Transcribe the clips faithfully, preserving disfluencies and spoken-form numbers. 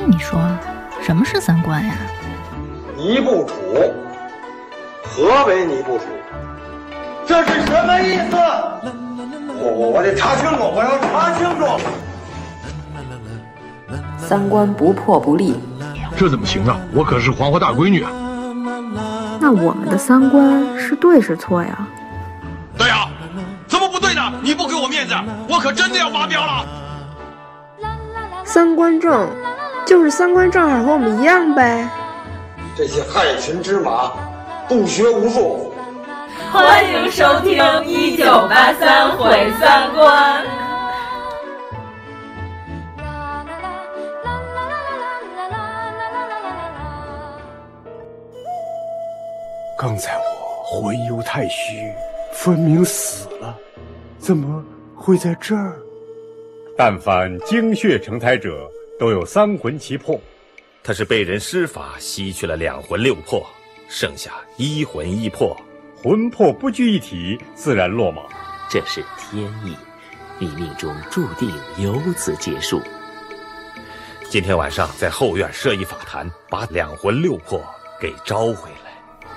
你说，什么是三观呀？ 尼不楚，何为尼不楚？这是什么意思？我我我得查清楚，我要查清楚。 三观不破不立， 这怎么行啊？我可是黄花大闺女啊！ 那我们的三观是对是错呀？ 对呀、啊，怎么不对呢？你不给我面子，我可真的要发飙了。 三观正，就是三观正好和我们一样呗。 这些害群之马，不学无术。 欢迎收听一九八三毁三观。 刚才我魂游太虚，分明死了，怎么会在这儿？ 但凡精血成胎者，都有三魂七魄。 他是被人施法吸去了两魂六魄，剩下一魂一魄， 魂魄不聚一体，自然落马。 这是天意，你命中注定由此结束。 今天晚上在后院设一法坛，把两魂六魄给招回来。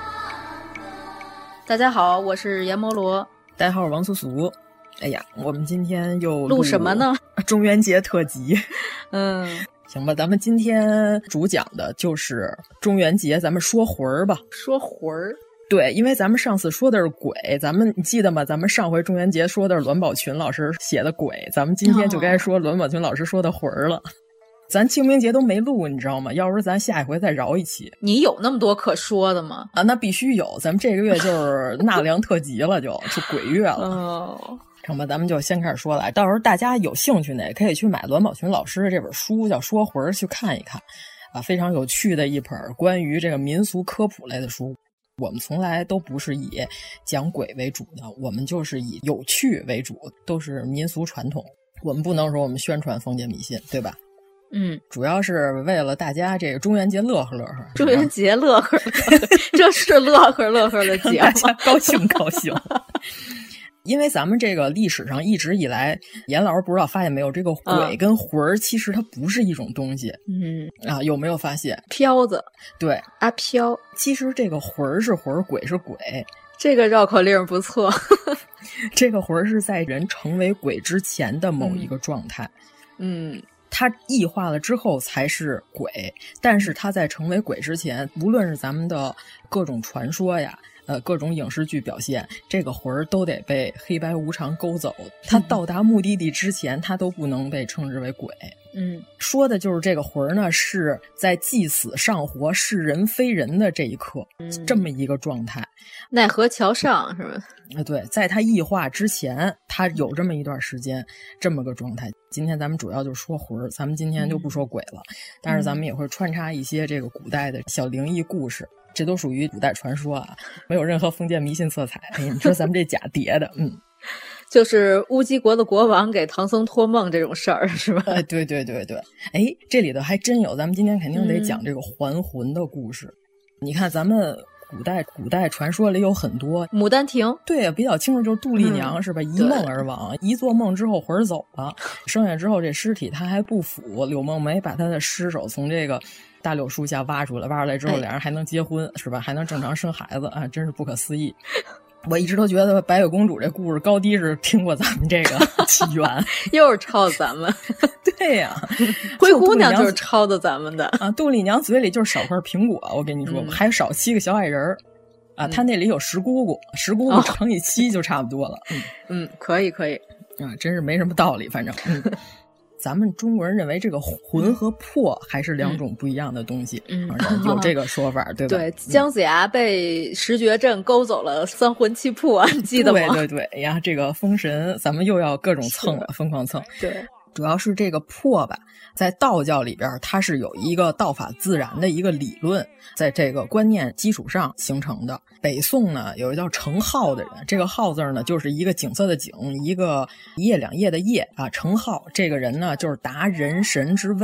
大家好，我是阎摩罗， 代号王苏苏。哎呀，我们今天又录什么呢？ 中元节特辑。 嗯， 行吧，咱们今天主讲的就是中元节，咱们说魂儿吧。 说魂儿。 对，因为咱们上次说的是鬼，咱们你记得吗？咱们上回中元节说的是栾宝群老师写的鬼，咱们今天就该说栾宝群老师说的魂儿了。哦，咱清明节都没录，你知道吗？要不是咱下一回再饶一期。 你有那么多可说的吗？ 啊，那必须有，咱们这个月就是纳凉特辑了就，就鬼月了。 哦， 行吧，咱们就先开始说了。到时候大家有兴趣呢，也可以去买栾宝群老师的这本书，叫《说魂》，去看一看啊，非常有趣的一本关于这个民俗科普类的书。我们从来都不是以讲鬼为主的，我们就是以有趣为主，都是民俗传统。我们不能说我们宣传封建迷信，对吧？ 嗯， 主要是为了大家这个中元节乐呵乐呵。 中元节乐呵乐呵，这是乐呵乐呵的节目， 大家高兴高兴。因为咱们这个历史上一直以来，严老师不知道发现没有，这个鬼跟魂儿其实它不是一种东西。 嗯啊，有没有发现？ 飘子， 对， 阿飘。 其实这个魂儿是魂儿，鬼是鬼。 这个绕口令不错。 这个魂儿是在人成为鬼之前的某一个状态。 嗯。 它异化了之后才是鬼，但是它在成为鬼之前，无论是咱们的各种传说呀，呃，各种影视剧表现，这个魂儿都得被黑白无常勾走。它到达目的地之前，它都不能被称之为鬼。 嗯， 说的就是这个魂儿呢，是在既死尚活、是人非人的这一刻，嗯、这么一个状态。 奈何桥上是吧？ 啊，对，在它异化之前，它有这么一段时间，这么个状态。今天咱们主要就说魂儿，咱们今天就不说鬼了，嗯、但是咱们也会穿插一些这个古代的小灵异故事，这都属于古代传说啊，没有任何封建迷信色彩。哎，你说咱们这假叠的，嗯。 就是乌鸡国的国王给唐僧托梦这种事儿是吧？ 哎，对对对对，哎，这里头还真有，咱们今天肯定得讲这个还魂的故事。嗯、你看咱们古代古代传说里有很多， 牡丹亭， 对，比较清楚就是杜丽娘、嗯、是吧？一梦而亡，一做梦之后魂儿走了，生下之后这尸体他还不腐，柳梦梅把他的尸首从这个大柳树下挖出来，挖出来之后两人还能结婚，是吧？还能正常生孩子啊，真是不可思议。我一直都觉得白雪公主这故事高低是听过咱们这个起源， 又是抄咱们。 对呀、啊， 灰姑娘就是抄的咱们的啊。杜丽娘嘴里就是少块苹果，我跟你说，嗯、还少七个小矮人儿啊。她、嗯、那里有十姑姑，十姑姑乘以七就差不多了。 嗯嗯，可以可以啊，真是没什么道理，反正。嗯咱们中国人认为这个魂和魄还是两种不一样的东西， 嗯， 有这个说法，对吧？ 对，姜子牙被石绝阵勾走了三魂七魄，你记得吗？ 对对对，哎呀，这个封神，咱们又要各种蹭了，疯狂蹭。 对， 主要是这个魄吧，在道教里边，它是有一个道法自然的一个理论，在这个观念基础上形成的。北宋呢，有一个叫程颢的人，这个颢字呢，就是一个景色的景，一个一夜两夜的夜啊。程颢这个人呢，就是答人神之问，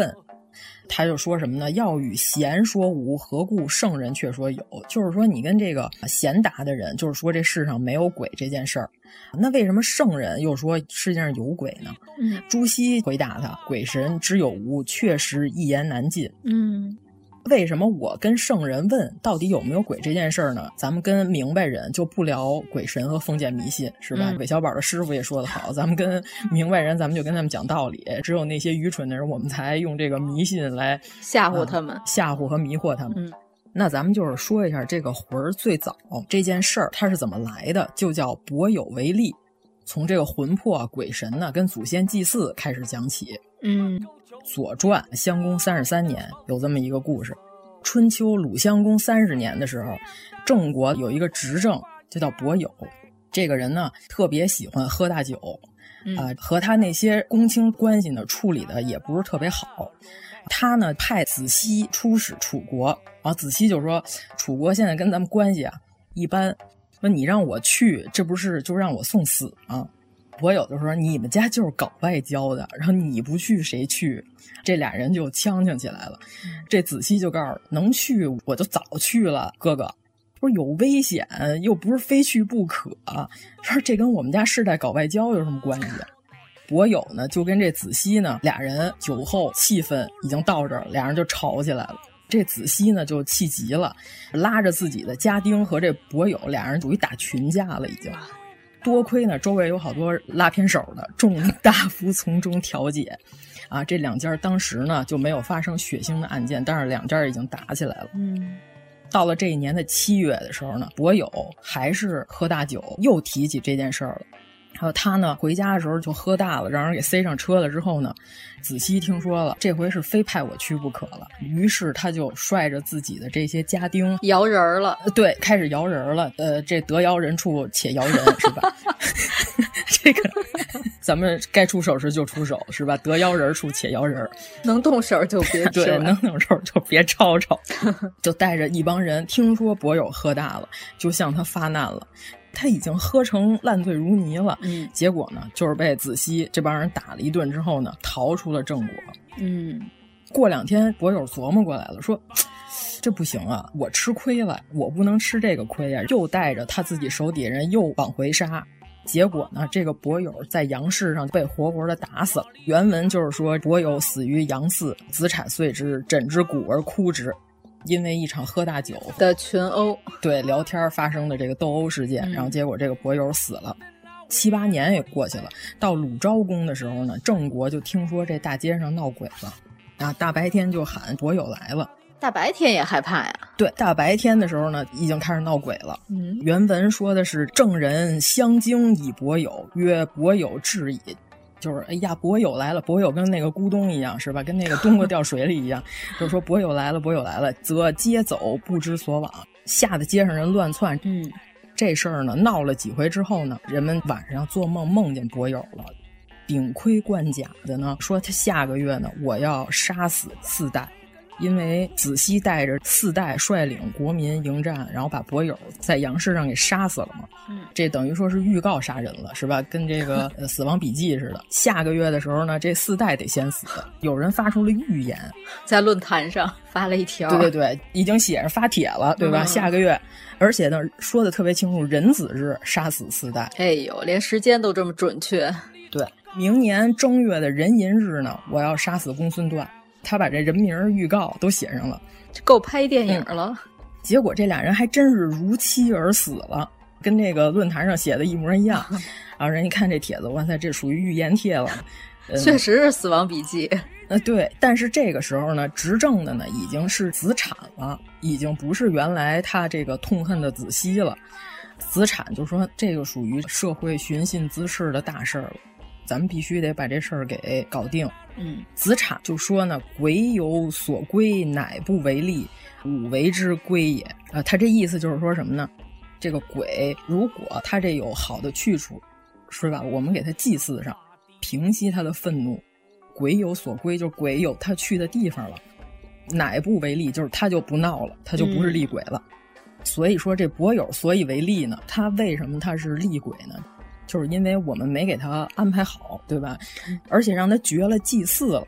他就说什么呢？要与贤说无，何故圣人却说有？就是说你跟这个贤达的人，就是说这世上没有鬼这件事儿。那为什么圣人又说世界上有鬼呢？ 嗯， 朱熹回答他：鬼神之有无，确实一言难尽。 嗯。 为什么我跟圣人问到底有没有鬼这件事儿呢？咱们跟明白人就不聊鬼神和封建迷信，是吧？嗯、韦小宝的师傅也说得好，咱们跟明白人，咱们就跟他们讲道理。只有那些愚蠢的人，我们才用这个迷信来吓唬他们、 呃，吓唬和迷惑他们。 嗯， 那咱们就是说一下这个魂儿最早这件事儿它是怎么来的，就叫博有为利。从这个魂魄、鬼神呢，跟祖先祭祀开始讲起。 嗯。 左传襄公三十三年有这么一个故事，春秋鲁襄公三十年的时候，郑国有一个执政就叫伯友，这个人呢特别喜欢喝大酒， 嗯呃、和他那些公卿关系呢处理的也不是特别好。他呢派子西出使楚国，然后子西就说楚国现在跟咱们关系啊一般，那你让我去，这不是就让我送死吗？伯友就说你们家就是搞外交的，然后你不去谁去？这俩人就呛呛起来了。这子西就告诉能去我就早去了，哥哥不是有危险，又不是非去不可，说这跟我们家世代搞外交有什么关系？伯友呢就跟这子西呢俩人酒后气氛已经到这儿，俩人就吵起来了。这子西呢就气急了，拉着自己的家丁和这伯友俩人属于打群架了已经。多亏呢周围有好多拉偏手的，众大夫从中调解啊，这两家当时呢就没有发生血腥的案件，但是两家已经打起来了。 嗯， 到了这一年的七月的时候呢，伯友还是喝大酒，又提起这件事儿了。然后他呢回家的时候就喝大了，让人给塞上车了之后呢，子西听说了，这回是非派我去不可了，于是他就率着自己的这些家丁摇人了， 对，开始摇人了。呃，这得摇人处且摇人是吧？这个咱们该出手时就出手是吧？得摇人处且摇人， 能动手就别对，能动手就别吵吵，就带着一帮人，听说伯友喝大了，就向他发难了。他已经喝成烂醉如泥了， 嗯， 结果呢，就是被子西这帮人打了一顿之后呢，逃出了郑国。 嗯， 过两天，伯友琢磨过来了，说这不行啊，我吃亏了，我不能吃这个亏啊，又带着他自己手底下人又往回杀。结果呢，这个伯友在杨氏上被活活的打死了。原文就是说，伯友死于杨寺，子产遂之，枕之骨而哭之。因为一场喝大酒的群殴， 对聊天发生的这个斗殴事件、嗯、然后结果这个伯友死了。七八年也过去了，到鲁昭公的时候呢，郑国就听说这大街上闹鬼了啊，大白天就喊伯友来了。 大白天也害怕呀？ 对，大白天的时候呢，已经开始闹鬼了。 嗯， 原文说的是郑人相惊以伯友，曰伯友至矣。就是哎呀，伯友来了，伯友跟那个咕咚一样是吧？跟那个冬瓜掉水里一样，就是说伯友来了，伯友来了，则皆走不知所往，吓得街上人乱窜。 嗯， 这事儿呢闹了几回之后呢，人们晚上做梦梦见伯友了，顶盔贯甲的呢，说他下个月呢我要杀死四代。因为子西带着四代率领国民迎战，然后把伯友在杨氏上给杀死了嘛。 嗯， 这等于说是预告杀人了，是吧？跟这个呃死亡笔记似的。下个月的时候呢，这四代得先死。有人发出了预言， 在论坛上发了一条， 对对对，已经写着发帖了，对吧？嗯、下个月，而且呢说的特别清楚，壬子日杀死四代。 哎呦，连时间都这么准确。 对，明年正月的壬寅日呢，我要杀死公孙段。他把这人名预告都写上了， 够拍电影了、嗯。 结果这俩人还真是如期而死了，跟这个论坛上写的一模一样。然后人一看这帖子，哇塞，这属于预言帖了。 嗯、确实是死亡笔记。 呃，对，但是这个时候呢，执政的呢已经是子产了，已经不是原来他这个痛恨的子西了。子产就说这个属于社会寻衅滋事的大事儿了。咱们必须得把这事儿给搞定。 嗯， 子产就说呢，鬼有所归，乃不为利，吾为之归也。啊，他这意思就是说什么呢？这个鬼如果他这有好的去处，是吧？我们给他祭祀上，平息他的愤怒。鬼有所归，就是鬼有他去的地方了。乃不为利，就是他就不闹了，他就不是厉鬼了。嗯、所以说这伯友所以为利呢，他为什么他是厉鬼呢？就是因为我们没给他安排好，对吧？而且让他绝了祭祀了。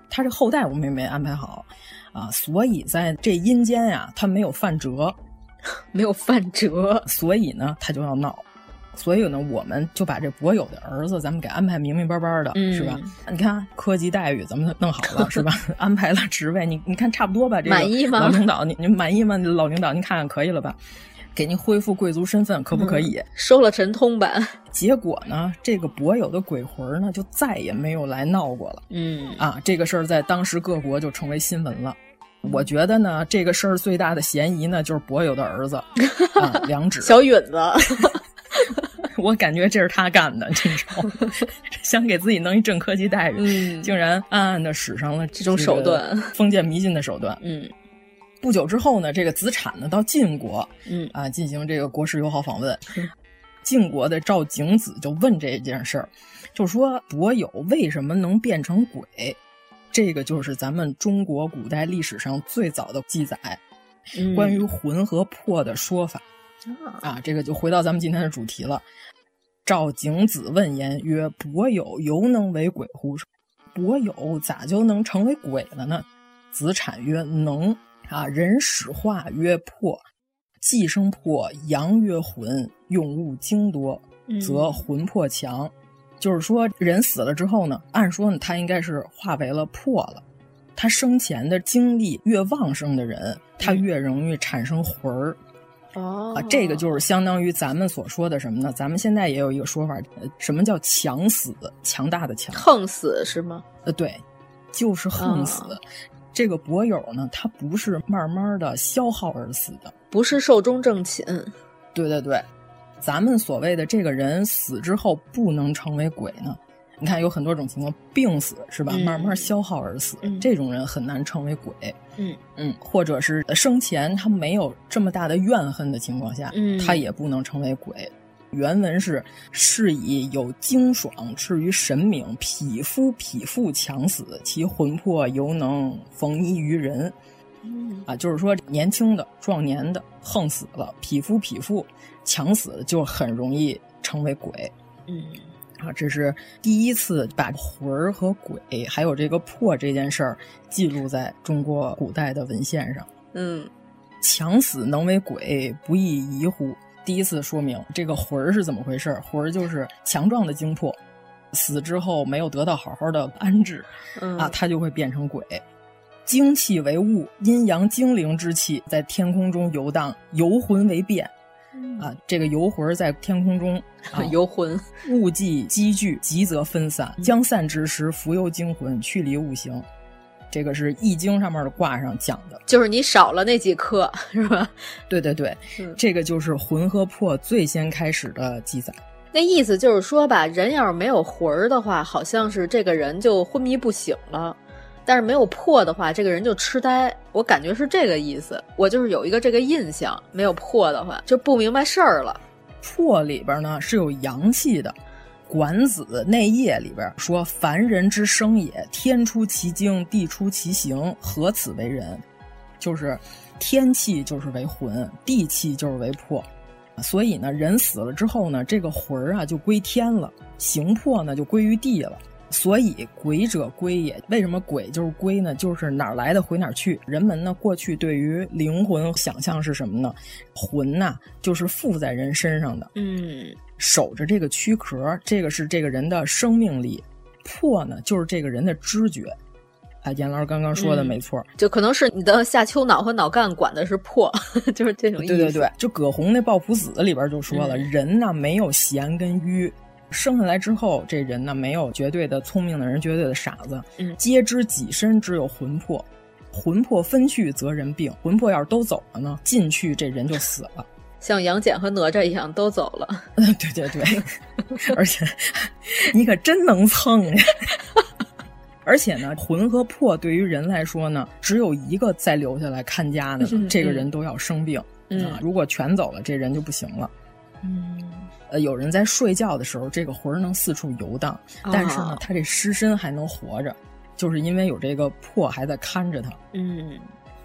他这后代我们也没安排好啊，所以在这阴间呀，他没有犯辙， 没有犯辙， 所以呢，他就要闹。所以呢，我们就把这伯友的儿子，咱们给安排明明白白的，嗯、是吧？你看科级待遇咱们弄好了，是吧？安排了职位，你你看差不多吧？这个满意吗？ 老领导，你你满意吗？老领导，您看看可以了吧？给您恢复贵族身份，可不可以？ 嗯、收了神通版。 结果呢，这个伯友的鬼魂呢，就再也没有来闹过了。 嗯啊，这个事儿在当时各国就成为新闻了。我觉得呢，这个事儿最大的嫌疑呢，就是伯友的儿子啊，梁芷小允子。 我感觉这是他干的，你知道吗？想给自己弄一正科级待遇， 嗯， 竟然暗暗的使上了这种手段， 封建迷信的手段。 嗯， 不久之后呢，这个子产呢到晋国， 嗯啊，进行这个国事友好访问。嗯、晋国的赵景子就问这件事儿，就说伯友为什么能变成鬼？这个就是咱们中国古代历史上最早的记载， 嗯、 关于魂和魄的说法。啊，这个就回到咱们今天的主题了。赵景子问言曰：“伯友犹能为鬼乎？伯友咋就能成为鬼了呢？”子产曰：“能啊！人始化曰魄，既生魄，阳曰魂，用物精多，则魂魄强。嗯、就是说，人死了之后呢，按说呢，他应该是化为了魄了。他生前的精力越旺盛的人，他越容易产生魂儿。” 哦， 啊，这个就是相当于咱们所说的什么呢？咱们现在也有一个说法，呃，什么叫强死？强大的强， 横死是吗？ 呃，对，就是横死。哦、这个伯友呢，他不是慢慢的消耗而死的， 不是寿终正寝。 对对对，咱们所谓的这个人死之后不能成为鬼呢。你看有很多种情况，病死是吧？嗯、慢慢消耗而死，嗯、这种人很难成为鬼。 嗯嗯，或者是生前他没有这么大的怨恨的情况下， 嗯、 他也不能成为鬼。原文是：是以有精爽至于神明，匹夫匹妇强死，其魂魄犹能逢依于人。 嗯啊，就是说年轻的、壮年的横死了，匹夫匹妇强死了，就很容易成为鬼。 嗯。 啊，这是第一次把魂儿和鬼还有这个魄这件事儿记录在中国古代的文献上。 嗯， 强死能为鬼，不亦宜乎？第一次说明这个魂儿是怎么回事。魂儿就是强壮的精魄，死之后没有得到好好的安置， 嗯、 啊，它就会变成鬼。精气为物，阴阳精灵之气在天空中游荡，游魂为变。啊，这个游魂在天空中，啊、 游魂， 物既积聚，急则分散，将散之时，浮游精魂，去离物形。这个是《易经》上面的卦上讲的， 就是你少了那几颗，是吧？ 对对对， 嗯、 这个就是魂和魄最先开始的记载。 那意思就是说吧，人要是没有魂的话，好像是这个人就昏迷不醒了。但是没有魄的话，这个人就痴呆，我感觉是这个意思。我就是有一个这个印象，没有魄的话就不明白事儿了。 魄里边呢是有阳气的，《管子·内业》里边说：“凡人之生也，天出其精，地出其形，何此为人？”就是天气就是为魂，地气就是为魄。所以呢，人死了之后呢，这个魂啊就归天了，形魄呢就归于地了。所以鬼者归也，为什么鬼就是归呢？就是哪儿来的回哪儿去。人们呢过去对于灵魂想象是什么呢？魂呐、啊、就是附在人身上的， 嗯， 守着这个躯壳，这个是这个人的生命力。魄呢就是这个人的知觉。啊，严老师刚刚说的没错、 嗯，就可能是你的下丘脑和脑干管的是魄，就是这种意思。 对对对，就葛洪那《抱朴子》里边就说了，嗯、人呢没有闲跟愚。生下来之后，这人呢没有绝对的聪明的人，绝对的傻子。 嗯， 皆知己身只有魂魄，魂魄分去则人病。魂魄要是都走了呢，进去这人就死了。 像杨戬和哪吒一样都走了。 对对对，而且你可真能蹭呀！而且呢，魂和魄对于人来说呢，只有一个再留下来看家的呢， 嗯、 这个人都要生病、 嗯、 啊！如果全走了，这人就不行了。 嗯。 呃，有人在睡觉的时候，这个魂能四处游荡，但是呢，他这尸身还能活着，就是因为有这个魄还在看着他。 嗯，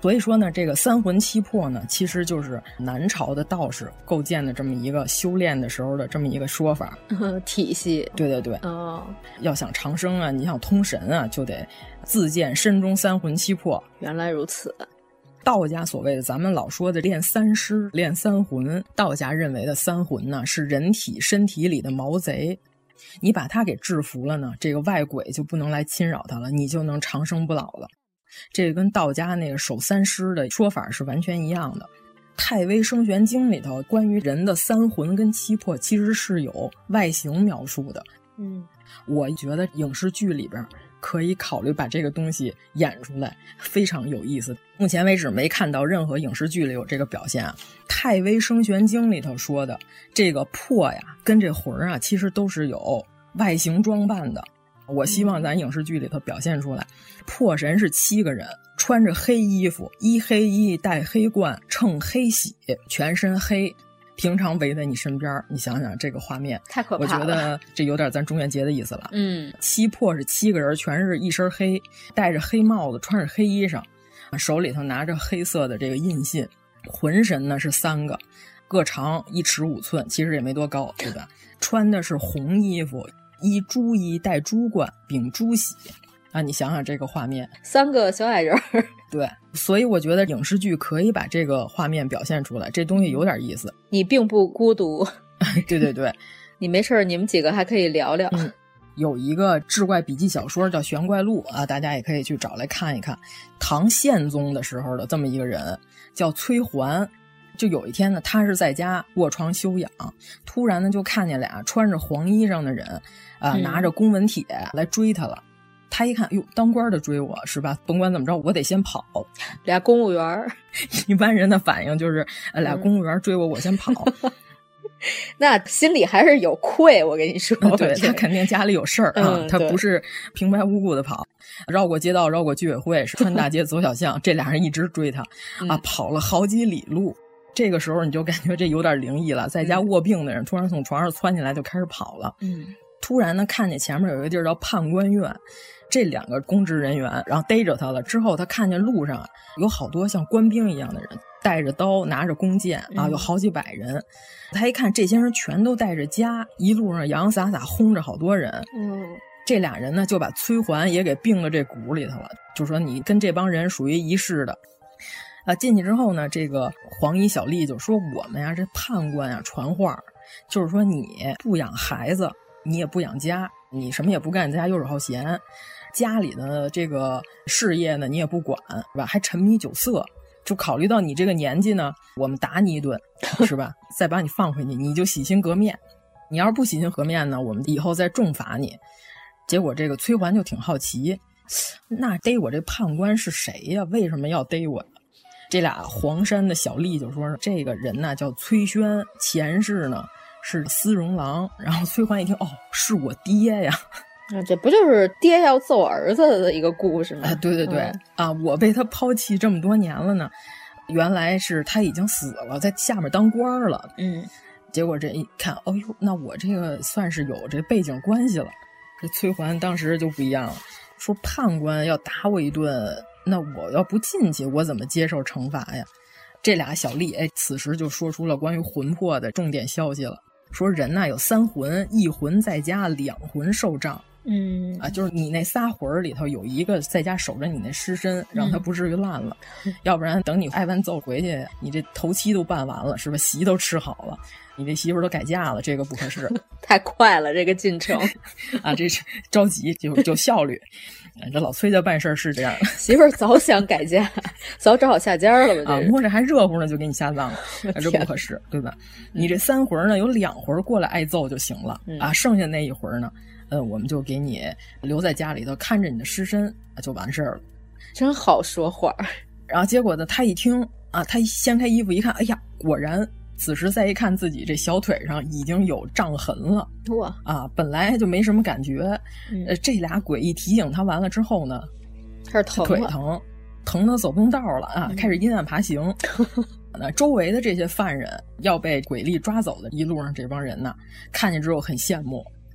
所以说呢，这个三魂七魄呢，其实就是南朝的道士构建的这么一个修炼的时候的这么一个说法、 嗯、体系。 对对对， 哦， 要想长生啊，你想通神啊，就得自见身中三魂七魄。 原来如此。 道家所谓的咱们老说的练三尸、练三魂，道家认为的三魂呢，是人体身体里的毛贼。你把它给制服了呢，这个外鬼就不能来侵扰它了，你就能长生不老了。这个跟道家那个守三尸的说法是完全一样的。太微生玄经里头关于人的三魂跟七魄其实是有外形描述的。 嗯， 我觉得影视剧里边可以考虑把这个东西演出来，非常有意思。目前为止没看到任何影视剧里有这个表现啊。太微生玄经里头说的这个魄呀跟这魂啊其实都是有外形装扮的。我希望咱影视剧里头表现出来，魄神是七个人，穿着黑衣服，衣黑衣，戴黑冠，乘黑喜，全身黑，平常围在你身边。你想想这个画面， 太可怕了。 我觉得这有点咱中元节的意思了。 嗯， 七魄是七个人，全是一身黑，戴着黑帽子，穿着黑衣裳，手里头拿着黑色的这个印信。魂神呢是三个，各长一尺五寸，其实也没多高，对吧？穿的是红衣服，依朱衣，戴朱冠，秉朱玺啊！你想想这个画面， 三个小矮人。 对，所以我觉得影视剧可以把这个画面表现出来，这东西有点意思。 你并不孤独。 对对对， 你没事，你们几个还可以聊聊。 嗯，有一个志怪笔记小说叫《玄怪录》啊，大家也可以去找来看一看。唐宪宗的时候的这么一个人叫崔桓。就有一天呢，他是在家卧床休养，突然呢就看见俩穿着黄衣裳的人啊、呃，拿着公文帖来追他了。嗯、他一看，哟，当官的追我是吧？甭管怎么着，我得先跑。 俩公务员， 一般人的反应就是，呃，俩公务员追我，我先跑。 那心里还是有愧，我跟你说。 对，他肯定家里有事儿啊， 嗯、 他不是平白无故的跑，绕过街道，绕过居委会，穿大街走小巷，这俩人一直追他啊，跑了好几里路。这个时候你就感觉这有点灵异了，在家卧病的人突然从床上窜起来就开始跑了。 嗯， 突然呢看见前面有一个地儿叫判官院，这两个公职人员然后逮着他了之后，他看见路上有好多像官兵一样的人，带着刀拿着弓箭啊，有好几百人。嗯、他一看这些人全都带着家，一路上洋洋洒洒轰着好多人。 嗯， 这俩人呢就把崔桓也给并到这股里头了，就说你跟这帮人属于一世的。啊，进去之后呢，这个黄衣小吏就说我们呀，这判官呀传话，就是说你不养孩子，你也不养家，你什么也不干，在家游手好闲，家里的这个事业呢你也不管，是吧？还沉迷酒色，就考虑到你这个年纪呢，我们打你一顿，是吧？再把你放回去，你就洗心革面。你要是不洗心革面呢，我们以后再重罚你。结果这个崔桓就挺好奇，那逮我这判官是谁呀？为什么要逮我？这俩黄山的小吏就说这个人呢叫崔宣，前世呢是司荣郎。然后崔桓一听，哦，是我爹呀！ 啊，这不就是爹要揍儿子的一个故事吗？ 啊，对对对，嗯、啊，我被他抛弃这么多年了呢，原来是他已经死了，在下面当官了。 嗯， 结果这一看，哦呦，那我这个算是有这背景关系了。这崔桓当时就不一样了，说判官要打我一顿，那我要不进去，我怎么接受惩罚呀？这俩小吏哎，此时就说出了关于魂魄的重点消息了，说人呐有三魂，一魂在家，两魂受杖。 嗯啊，就是你那仨魂里头有一个在家守着你那尸身，让他不至于烂了，嗯、要不然等你挨完揍回去，你这头七都办完了，是吧？席都吃好了，你这媳妇都改嫁了，这个不合适。 太快了，这个进程啊，这是着急就就效率。这老崔家办事是这样， 媳妇早想改嫁，早找好下家了吧？ 啊，摸着还热乎呢，就给你下葬了，这不合适，对吧？你这三魂呢，有两魂过来挨揍就行了、嗯、啊，剩下那一魂呢？呃，我们就给你留在家里头看着你的尸身，就完事儿了。 真好说话。 然后结果呢，他一听啊，他一掀开衣服一看，哎呀，果然，此时再一看自己这小腿上已经有杖痕了。 哇啊，本来就没什么感觉，嗯、呃，这俩鬼一提醒他完了之后呢， 开始疼了， 腿疼，疼得走不动道了啊，嗯、开始阴暗爬行。那周围的这些犯人要被鬼吏抓走的一路上这帮人呢，看见之后很羡慕。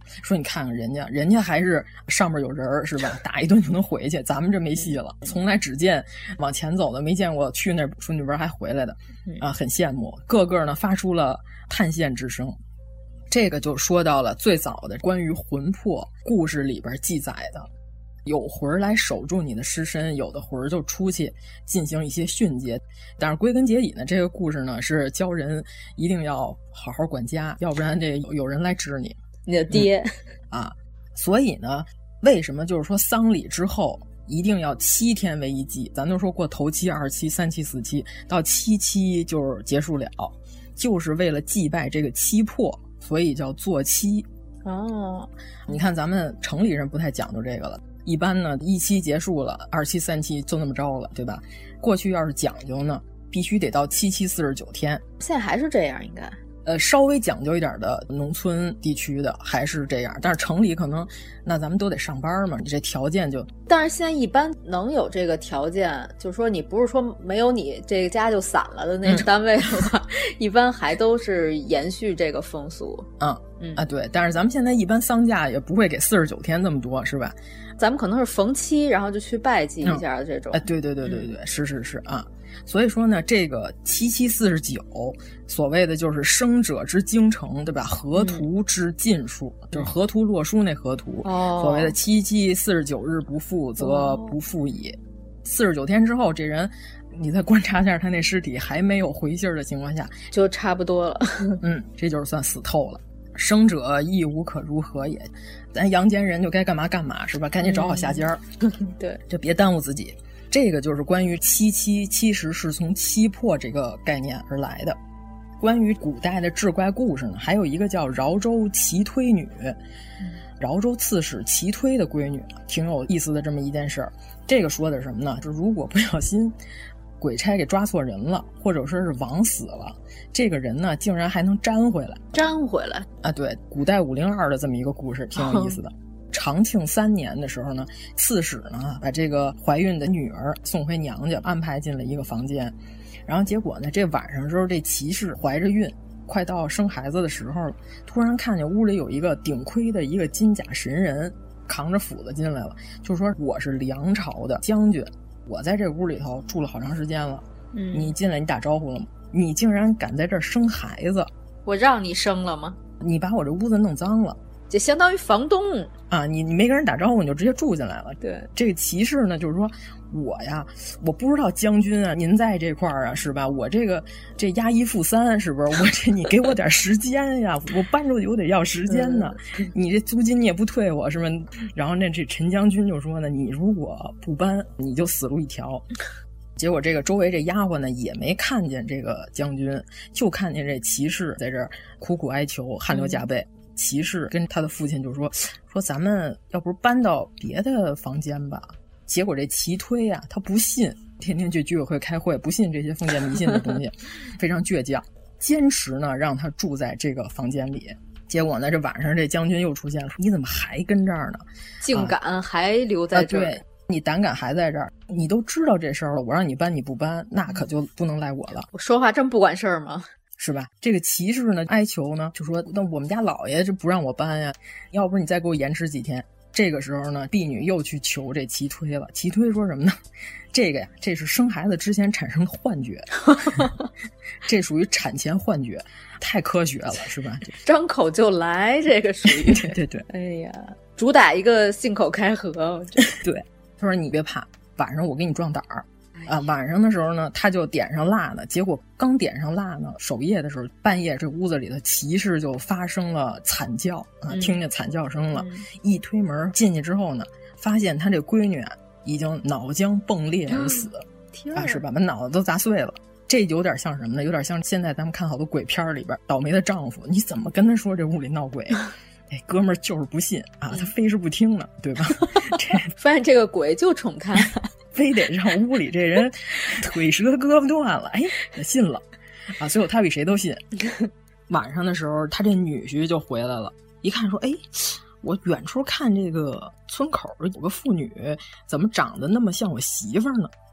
说你看看人家，人家还是上面有人是吧？打一顿就能回去，咱们这没戏了。从来只见往前走的，没见过去那说那边还回来的啊，很羡慕。个个呢发出了叹羡之声。这个就说到了最早的关于魂魄故事里边记载的。有魂来守住你的尸身，有的魂就出去进行一些训诫。但是归根结底呢，这个故事呢是教人一定要好好管家，要不然这有有人来治你， 你的爹、 嗯、啊。所以呢，为什么就是说丧礼之后一定要七天为一祭？咱都说过头七、二七、三七、四七，到七七就是结束了，就是为了祭拜这个七魄，所以叫做七。 哦， 你看咱们城里人不太讲究这个了。一般呢，一期结束了，二期、三期就那么着了，对吧？过去要是讲究呢，必须得到七七四十九天。 现在还是这样，应该。 呃，稍微讲究一点的农村地区的还是这样，但是城里可能，那咱们都得上班嘛，你这条件就。 但是现在一般能有这个条件，就是说你不是说没有你这个家就散了的那种单位的话，嗯、一般还都是延续这个风俗。 嗯嗯啊，对，但是咱们现在一般丧假也不会给四十九天那么多，是吧？ 咱们可能是逢七，然后就去拜祭一下的这种。 哎、嗯，对对对对对，嗯、是是是啊。所以说呢，这个七七四十九，所谓的就是生者之精诚，对吧？河图之尽数，嗯、就是河图洛书那河图。哦，所谓的七七四十九日不复，则不复矣。四十九天之后，这人你再观察一下他那尸体还没有回信的情况下， 就差不多了。 嗯，这就是算死透了。生者亦无可如何也，咱阳间人就该干嘛干嘛，是吧？赶紧找好下家儿， 嗯、对， 就别耽误自己。这个就是关于七七，其实是从七魄这个概念而来的。关于古代的志怪故事呢，还有一个叫饶州齐推女，嗯、饶州刺史齐推的闺女，挺有意思的这么一件事儿。这个说的是什么呢？就如果不小心鬼差给抓错人了，或者说是枉死了，这个人呢竟然还能粘回来， 粘回来啊！对，古代五零二的这么一个故事，挺有意思的。长庆三年的时候呢，刺史呢把这个怀孕的女儿送回娘家，安排进了一个房间。然后结果呢，这晚上的时候，这骑士怀着孕，快到生孩子的时候，突然看见屋里有一个顶盔的一个金甲神人，扛着斧子进来了，就说我是梁朝的将军，我在这屋里头住了好长时间了，嗯，你进来你打招呼了吗？你竟然敢在这儿生孩子， 我让你生了吗？ 你把我这屋子弄脏了， 这相当于房东啊！你你没跟人打招呼，你就直接住进来了。 对， 这个骑士呢，就是说我呀，我不知道将军啊，您在这块儿啊，是吧？我这个这押一付三，是不是？我这你给我点时间呀，我搬出去我得要时间呢。嗯、你这租金你也不退我，是吧？然后那这陈将军就说呢，你如果不搬，你就死路一条。结果这个周围这丫鬟呢也没看见这个将军，就看见这骑士在这儿苦苦哀求，汗流浃背。嗯骑士跟他的父亲就说说咱们要不搬到别的房间吧。结果这齐推啊，他不信，天天去居委会开会，不信这些封建迷信的东西，非常倔强，坚持呢让他住在这个房间里。结果呢，这晚上这将军又出现了，说你怎么还跟这儿呢？ 竟敢还留在这儿？ 啊啊、对，你胆敢还在这儿？你都知道这事儿了，我让你搬你不搬，那可就不能赖我了。 我说话真不管事儿吗？ 是吧？这个骑士呢哀求呢，就说那我们家老爷就不让我搬呀，要不然你再给我延迟几天。这个时候呢，婢女又去求这齐推了。齐推说什么呢？这个呀，这是生孩子之前产生的幻觉，这属于产前幻觉，太科学了，是吧？ 张口就来，这个属于对对对。 哎呀，主打一个信口开河。 对，他说你别怕，晚上我给你壮胆儿。啊，晚上的时候呢，他就点上蜡呢，结果刚点上蜡呢，守夜的时候，半夜这屋子里的骑士就发生了惨叫啊，嗯、听见惨叫声了，嗯、一推门进去之后呢，发现他这闺女啊已经脑浆迸裂而死，嗯、啊，是吧？把脑子都砸碎了。这有点像什么呢？有点像现在咱们看好多鬼片里边，倒霉的丈夫，你怎么跟他说这屋里闹鬼？哎，哥们儿就是不信啊，他非是不听呢，对吧？这发现这个鬼就宠他。 非得让屋里这人腿折胳膊断了，哎，他信了啊！最后他比谁都信。晚上的时候，他这女婿就回来了，一看说：“哎，我远处看这个村口有个妇女，怎么长得那么像我媳妇儿呢？”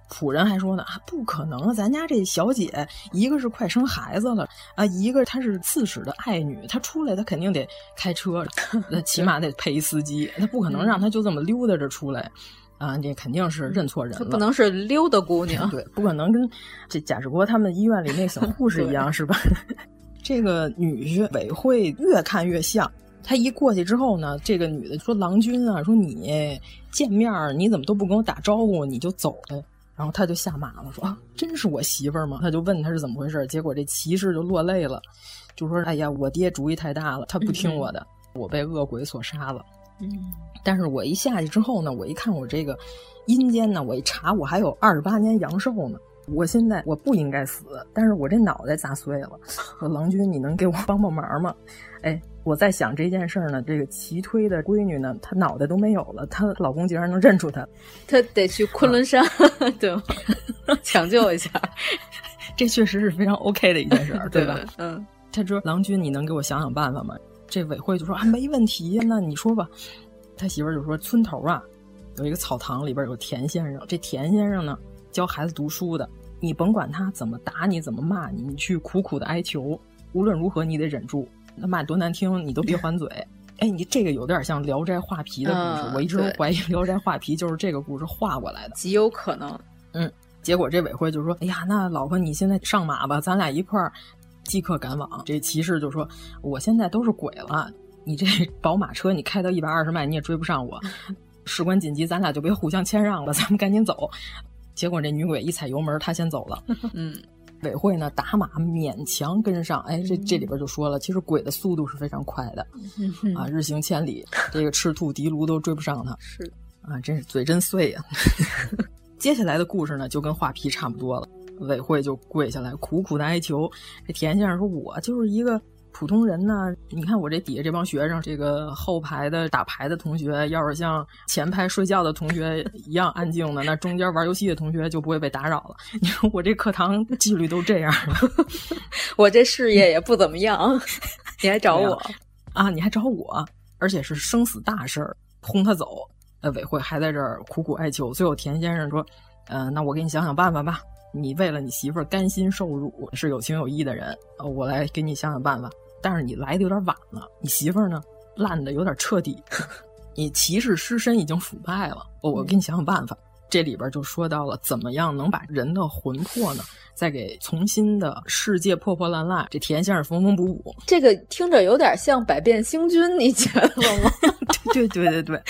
仆人还说呢啊，不可能，咱家这小姐一个是快生孩子了啊，一个她是刺史的爱女，她出来她肯定得开车，那起码得配一司机，她不可能让她就这么溜达着出来。啊，这肯定是认错人了， 不能是溜达姑娘， 对，不可能跟这贾志国他们医院里那小护士一样，是吧？这个女婿韦慧越看越像，他一过去之后呢，这个女的说：“郎君啊，说你见面你怎么都不跟我打招呼，你就走了。”然后他就下马了，说：“啊，真是我媳妇儿吗？”他就问他是怎么回事，结果这骑士就落泪了，就说：“哎呀，我爹主意太大了，他不听我的，嗯、我被恶鬼所杀了。”嗯，但是我一下去之后呢，我一看我这个阴间呢，我一查我还有二十八年阳寿呢。我现在我不应该死，但是我这脑袋砸碎了。说郎君，你能给我帮帮忙吗？哎，我在想这件事呢，这个齐推的闺女呢，她脑袋都没有了，她老公竟然能认出她， 她得去昆仑山，啊、对吗？抢救一下， 这确实是非常 OK 的一件事，对吧？ 嗯， 他说郎君，你能给我想想办法吗？这韦慧就说啊，没问题，那你说吧。他媳妇儿就说，村头啊有一个草堂，里边有田先生，这田先生呢教孩子读书的，你甭管他怎么打你怎么骂你，你去苦苦的哀求，无论如何你得忍住，他骂多难听你都别还嘴。哎，你这个有点像聊斋画皮的故事，嗯、我一直都怀疑聊斋画皮就是这个故事画过来的， 极有可能。 嗯，结果这韦慧就说，哎呀，那老婆你现在上马吧，咱俩一块儿即刻赶往。这骑士就说，我现在都是鬼了，你这宝马车你开到一百二十迈你也追不上我，事关紧急咱俩就别互相谦让了，咱们赶紧走。结果这女鬼一踩油门她先走了。嗯，韦慧呢打马勉强跟上。哎，这这里边就说了，其实鬼的速度是非常快的、嗯、啊，日行千里，这个赤兔狄卢都追不上他。 是啊，真是嘴真碎呀、啊。接下来的故事呢就跟画皮差不多了，韦慧就跪下来苦苦的哀求。这田先生说，我就是一个普通人呢，你看我这底下这帮学生，这个后排的打牌的同学要是像前排睡觉的同学一样安静的，那中间玩游戏的同学就不会被打扰了。你说我这课堂纪律都这样了， 我这事业也不怎么样，你还找我啊, 啊你还找我，而且是生死大事儿，轰他走。呃，韦慧还在这儿苦苦哀求，最后田先生说，呃，那我给你想想办法吧，你为了你媳妇儿甘心受辱，是有情有义的人，呃，我来给你想想办法。但是你来的有点晚了，你媳妇儿呢烂的有点彻底，你骑士尸身已经腐败了，哦，我给你想想办法。这里边就说到了怎么样能把人的魂魄呢再给重新的世界破破烂烂，这田先生缝缝补补。 这个听着有点像百变星君，你觉得吗？ 对对对对对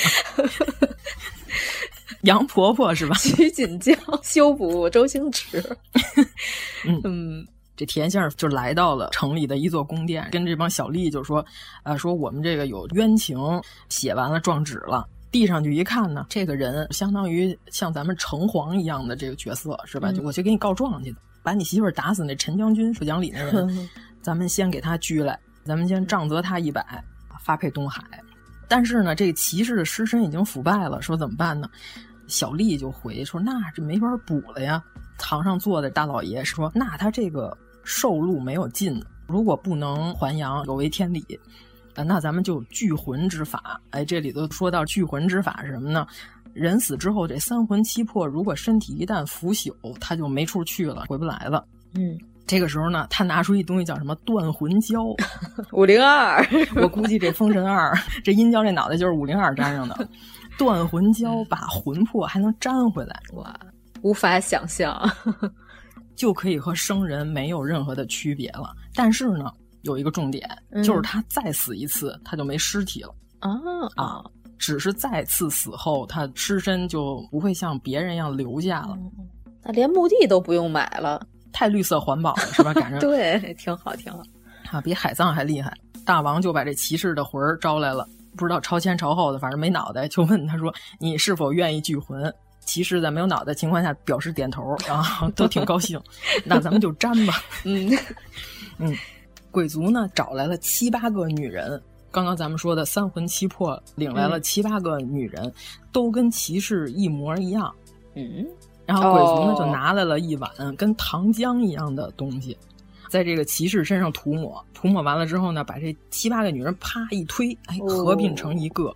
杨婆婆是吧？ 徐锦江修补周星驰。 嗯嗯，这田先生就来到了城里的一座宫殿，跟这帮小吏就说，呃，说我们这个有冤情，写完了状纸了。递上去一看呢，这个人相当于像咱们城隍一样的这个角色是吧？嗯、就我去给你告状去的，把你媳妇儿打死那陈将军不讲理那人，咱们先给他拘来，咱们先杖责他一百，发配东海。但是呢，这个骑士的尸身已经腐败了，说怎么办呢？小吏就回说，那这没法补了呀。堂上坐的大老爷说，那他这个寿禄没有尽，如果不能还阳，有违天理。啊，那咱们就聚魂之法。哎，这里头说到聚魂之法是什么呢？人死之后，这三魂七魄如果身体一旦腐朽，他就没处去了，回不来了。 嗯， 这个时候呢，他拿出一东西叫什么断魂胶， 五零二。 我估计这封神二，这阴交这脑袋就是五零二粘上的。断魂胶把魂魄还能粘回来， 哇，无法想象， 就可以和生人没有任何的区别了。但是呢，有一个重点，嗯、就是他再死一次，他就没尸体了啊啊！只是再次死后，他尸身就不会像别人一样留下了。 嗯、那连墓地都不用买了， 太绿色环保了，是吧？赶上对，挺好，挺好啊，比海葬还厉害。大王就把这骑士的魂儿招来了，不知道朝前朝后的，反正没脑袋，就问他说：“你是否愿意聚魂？”骑士在没有脑袋情况下表示点头，然后都挺高兴。那咱们就粘吧。 嗯嗯。鬼族呢找来了七八个女人，刚刚咱们说的三魂七魄领来了七八个女人，嗯、都跟骑士一模一样。 嗯， 然后鬼族呢、哦、就拿来了一碗跟糖浆一样的东西，在这个骑士身上涂抹，涂抹完了之后呢，把这七八个女人啪一推，哎，合并成一个。哦、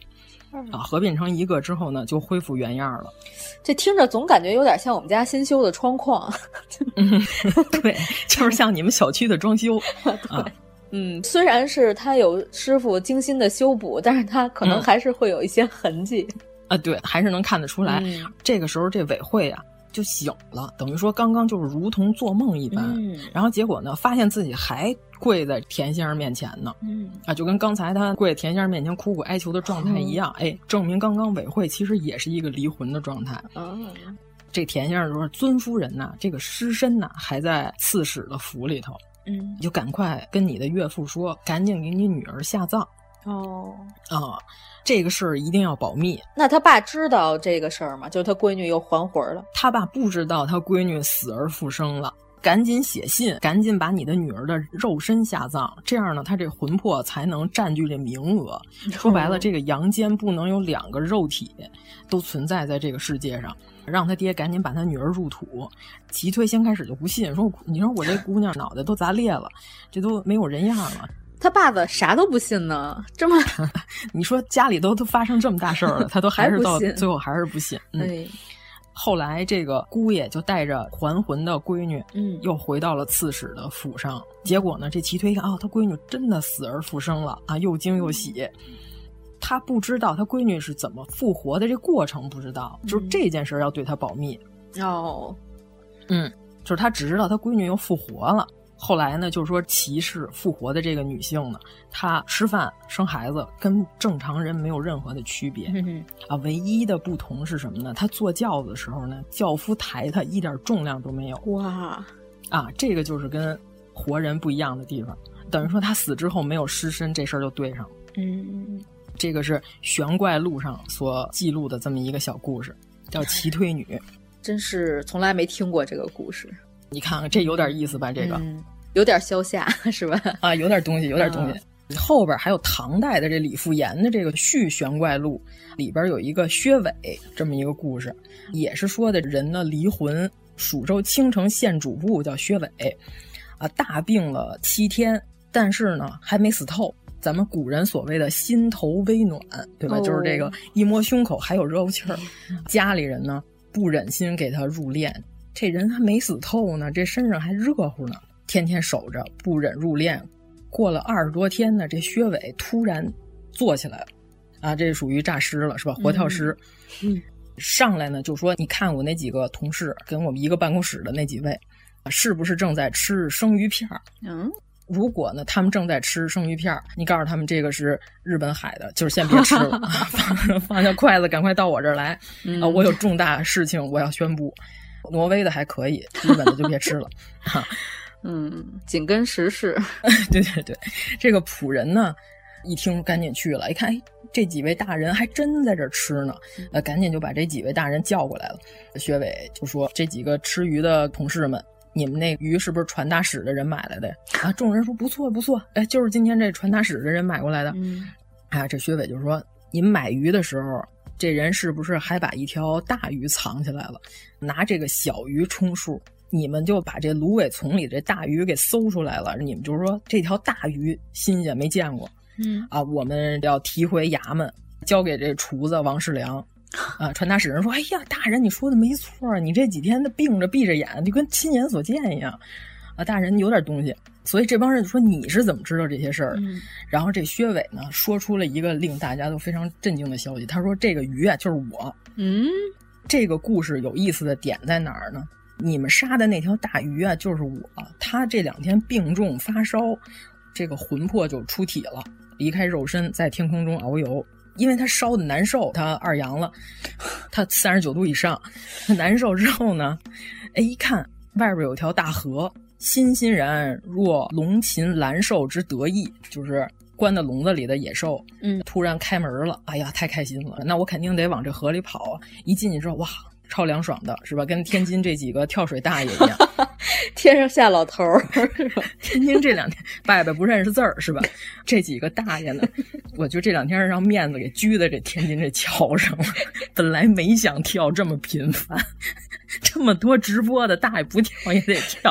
啊，合并成一个之后呢，就恢复原样了。 这听着总感觉有点像我们家新修的窗框。 嗯，对，就是像你们小区的装修啊。 嗯，虽然是他有师傅精心的修补，但是他可能还是会有一些痕迹。 嗯、啊，对，还是能看得出来。嗯、这个时候这韦慧啊就醒了，等于说刚刚就是如同做梦一般。嗯、然后结果呢，发现自己还跪在田先生面前呢。嗯，啊，就跟刚才他跪在田先生面前苦苦哀求的状态一样。嗯、哎，证明刚刚韦慧其实也是一个离魂的状态。嗯。这田先生说：“尊夫人呐、啊，这个尸身呐、啊，还在刺史的府里头。”嗯，你就赶快跟你的岳父说，赶紧给你女儿下葬。 哦， 啊，这个事儿一定要保密。 那他爸知道这个事儿吗？就是他闺女又还魂了。 他爸不知道他闺女死而复生了，赶紧写信，赶紧把你的女儿的肉身下葬，这样呢，他这魂魄才能占据这名额。说白了，这个阳间不能有两个肉体都存在在这个世界上。让他爹赶紧把他女儿入土。齐推先开始就不信，说你说我这姑娘脑袋都砸裂了，这都没有人样了。 他爸爸啥都不信呢，这么你说家里都都发生这么大事儿了，他都还是到最后还是不信。嗯， 哎、 后来这个姑爷就带着还魂的闺女，嗯，又回到了刺史的府上。结果呢，这齐推一看啊、哦，他闺女真的死而复生了啊，又惊又喜。他不知道他闺女是怎么复活的，这过程不知道，嗯、就是这件事要对他保密。 哦， 嗯，就是他只知道他闺女又复活了。后来呢，就是说齐氏复活的这个女性呢，她吃饭生孩子跟正常人没有任何的区别。嗯、啊，唯一的不同是什么呢？她坐轿子的时候呢，轿夫抬她一点重量都没有。 哇， 啊，这个就是跟活人不一样的地方。等于说她死之后没有尸身，这事儿就对上了。 嗯。 这个是玄怪录上所记录的这么一个小故事，叫齐推女。 真是从来没听过这个故事。 你看看这有点意思吧？这个、 嗯、有点消夏是吧？ 啊，有点东西，有点东西。嗯、后边还有唐代的这李复言的这个《续玄怪录》里边有一个薛伟这么一个故事，也是说的人呢离魂，蜀州青城县主簿叫薛伟，啊，大病了七天，但是呢还没死透。咱们古人所谓的心头微暖，对吧？哦、就是这个一摸胸口还有热乎气儿。家里人呢不忍心给他入殓，这人还没死透呢，这身上还热乎呢，天天守着不忍入殓。过了二十多天呢，这薛伟突然坐起来了，啊，这属于诈尸了，是吧？活跳尸。 嗯，嗯上来呢就说，你看我那几个同事跟我们一个办公室的那几位，是不是正在吃生鱼片？ 嗯。 如果呢，他们正在吃生鱼片，你告诉他们这个是日本海的，就是先别吃了，放, 放下筷子，赶快到我这儿来、嗯、啊！我有重大事情我要宣布。挪威的还可以，日本的就别吃了。 嗯，紧跟时事。 对对对，这个仆人呢，一听赶紧去了，一看，哎，这几位大人还真在这儿吃呢，呃，赶紧就把这几位大人叫过来了。薛伟就说：“这几个吃鱼的同事们。”你们那鱼是不是传达室的人买来的啊？众人说不错不错，哎，就是今天这传达室的人买过来的。嗯，啊，这薛伟就说，你们买鱼的时候，这人是不是还把一条大鱼藏起来了？拿这个小鱼充数，你们就把这芦苇丛里这大鱼给搜出来了。你们就是说这条大鱼新鲜没见过，嗯啊，我们要提回衙门，交给这厨子王世良。啊！传达使人说：“哎呀，大人，你说的没错，你这几天的病着闭着眼，就跟亲眼所见一样。啊，大人有点东西。”所以这帮人就说：“你是怎么知道这些事儿？”嗯、然后这薛伟呢，说出了一个令大家都非常震惊的消息。他说：“这个鱼啊，就是我。” 嗯， 这个故事有意思的点在哪儿呢？你们杀的那条大鱼啊，就是我。他这两天病重发烧，这个魂魄就出体了，离开肉身，在天空中遨游。因为他烧的难受，他二阳了，他三十九度以上，他难受之后呢，哎，一看外边有条大河，欣欣然若龙禽兰兽之得意，就是关在笼子里的野兽，嗯，突然开门了，哎呀，太开心了，那我肯定得往这河里跑啊！一进去之后，哇，超凉爽的，是吧？跟天津这几个跳水大爷一样， 天上下老头儿， 天津这两天伯伯不认识字儿，是吧？这几个大爷呢，我就这两天让面子给拘在这天津这桥上了。本来没想跳这么频繁，这么多直播的大爷不跳也得跳。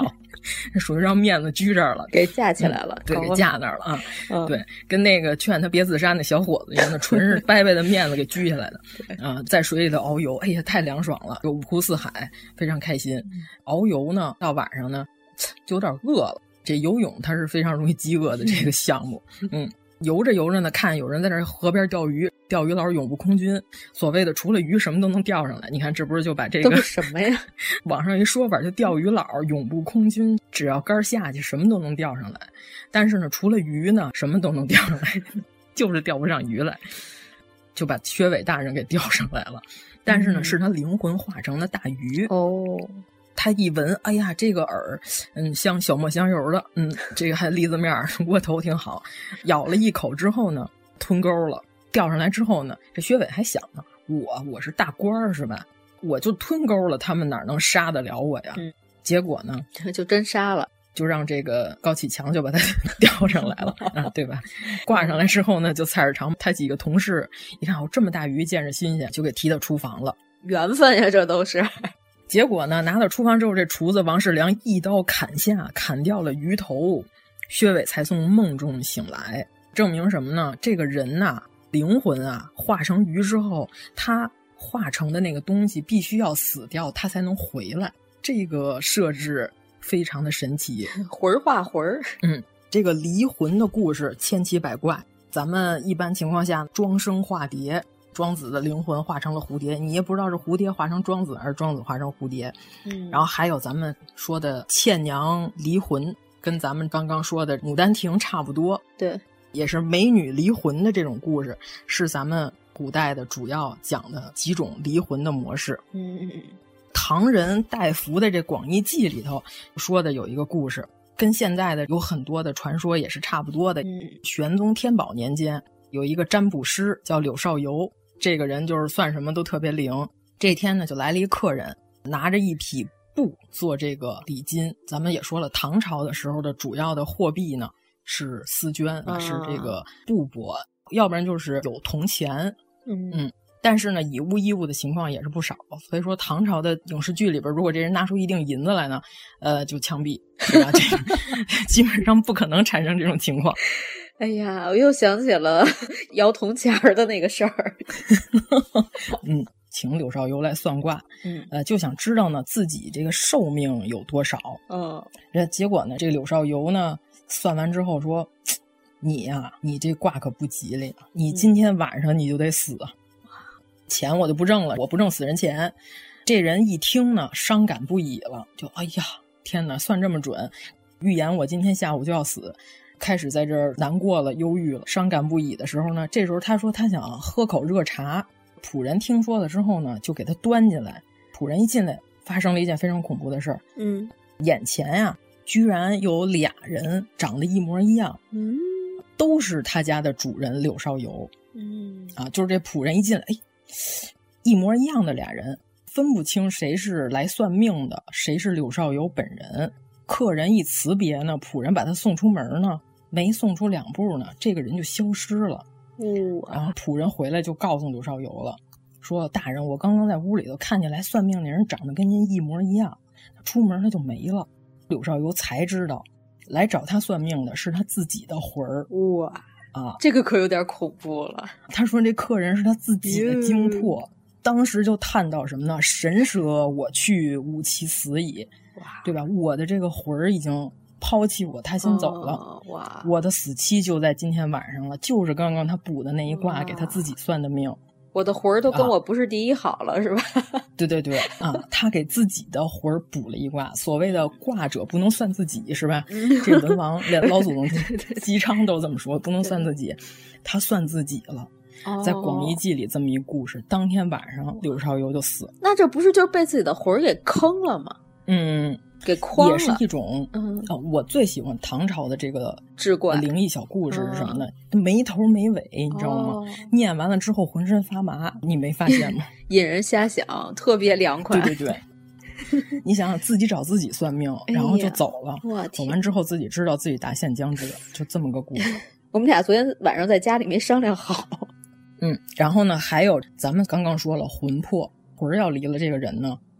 属于让面子拘这儿了， 给架起来了， 嗯、对，给架那儿了啊、 嗯！ 对，跟那个劝他别自杀那小伙子一样，那纯是掰掰的面子给拘下来的啊！在水里头遨游，哎呀，太凉爽了，有五湖四海，非常开心。遨游呢，到晚上呢，就有点饿了。这游泳它是非常容易饥饿的这个项目，嗯。游着游着呢，看有人在那河边钓鱼，钓鱼佬永不空军，所谓的除了鱼什么都能钓上来。你看这不是就把这个都是什么呀？ 网上一说法，就钓鱼佬永不空军，只要竿下去什么都能钓上来。但是呢，除了鱼呢，什么都能钓上来，就是钓不上鱼来，就把薛伟大人给钓上来了。但是呢，嗯、是他灵魂化成的大鱼哦。 他一闻，哎呀，这个饵，嗯，像小磨香油的，嗯，这个还栗子面，窝头挺好。咬了一口之后呢，吞钩了。钓上来之后呢，这薛伟还想呢，我我是大官儿是吧？我就吞钩了，他们哪能杀得了我呀？嗯、结果呢， 就真杀了， 就让这个高启强就把他钓上来了啊，对吧？挂上来之后呢，就菜市场他几个同事一看，哦，这么大鱼，见着新鲜，就给提到厨房了。 缘分呀，这都是。 结果呢，拿到厨房之后，这厨子王世良一刀砍下，砍掉了鱼头，薛伟才从梦中醒来。证明什么呢？这个人呐、啊，灵魂啊，化成鱼之后，他化成的那个东西必须要死掉，他才能回来。这个设置非常的神奇， 魂化魂。 嗯，这个离魂的故事千奇百怪，咱们一般情况下庄生化蝶。庄子的灵魂化成了蝴蝶，你也不知道是蝴蝶化成庄子还是庄子化成蝴蝶。嗯，然后还有咱们说的倩娘离魂，跟咱们刚刚说的牡丹亭差不多。 对， 也是美女离魂的这种故事，是咱们古代的主要讲的几种离魂的模式。 嗯嗯嗯。 唐人戴福的这《广义记》里头说的有一个故事，跟现在的有很多的传说也是差不多的。嗯，玄宗天宝年间有一个占卜师叫柳少游。这个人就是算什么都特别灵。这天呢，就来了一客人，拿着一匹布做这个礼金。咱们也说了，唐朝的时候的主要的货币呢是丝绢啊，是这个布帛，要不然就是有铜钱。 嗯嗯，但是呢，以物易物的情况也是不少。所以说，唐朝的影视剧里边，如果这人拿出一锭银子来呢，呃，就枪毙，对吧？这个基本上不可能产生这种情况。 哎呀，我又想起了摇铜钱儿的那个事儿。 嗯，请柳少游来算卦， 嗯， 呃，就想知道呢自己这个寿命有多少。 嗯， 结果呢，这个柳少游呢算完之后说：“你呀、啊，你这卦可不吉利，你今天晚上你就得死，嗯、钱我就不挣了，我不挣死人钱。”这人一听呢，伤感不已了，就哎呀，天哪，算这么准，预言我今天下午就要死。开始在这儿难过了，忧郁了，伤感不已的时候呢，这时候他说他想喝口热茶。仆人听说了之后呢，就给他端进来。仆人一进来，发生了一件非常恐怖的事儿。 嗯， 眼前呀、啊，居然有俩人长得一模一样。 嗯， 都是他家的主人柳少游。 嗯， 啊，就是这仆人一进来，哎，一模一样的俩人，分不清谁是来算命的，谁是柳少游本人。客人一辞别呢，仆人把他送出门呢。没送出两步呢，这个人就消失了。 哦， 然后仆人回来就告诉柳少游了，说大人，我刚刚在屋里头看见来算命的人长得跟您一模一样，出门他就没了。柳少游才知道，来找他算命的是他自己的魂儿。 哇啊， 这个可有点恐怖了。 他说这客人是他自己的精魄，嗯、当时就叹到什么呢？神舍我去，吾其死矣，对吧？我的这个魂儿已经抛弃我，他先走了、 哦、哇！ 我的死期就在今天晚上了，就是刚刚他卜的那一卦给他自己算的命。 我的魂儿都跟我不是第一好了、啊、是吧？ 对对对啊，他给自己的魂儿卜了一卦。所谓的卦者不能算自己，是吧？这文王连老祖宗姬昌都这么说，不能算自己，他算自己了。在《广义记》里这么一故事，当天晚上柳少游就死了。 那这不是就是被自己的魂儿给坑了吗？ 嗯。 给诓了， 也是一种。嗯、哦，我最喜欢唐朝的这个志怪灵异小故事是什么呢？嗯、没头没尾，你知道吗？哦、念完了之后浑身发麻，你没发现吗？ 引人遐想，特别凉快。 对对对，你想想自己找自己算命，然后就走了，哎、走完之后自己知道自己大限将至，就这么个故事。 我们俩昨天晚上在家里没商量好。 嗯，然后呢，还有咱们刚刚说了，魂魄魂要离了这个人呢。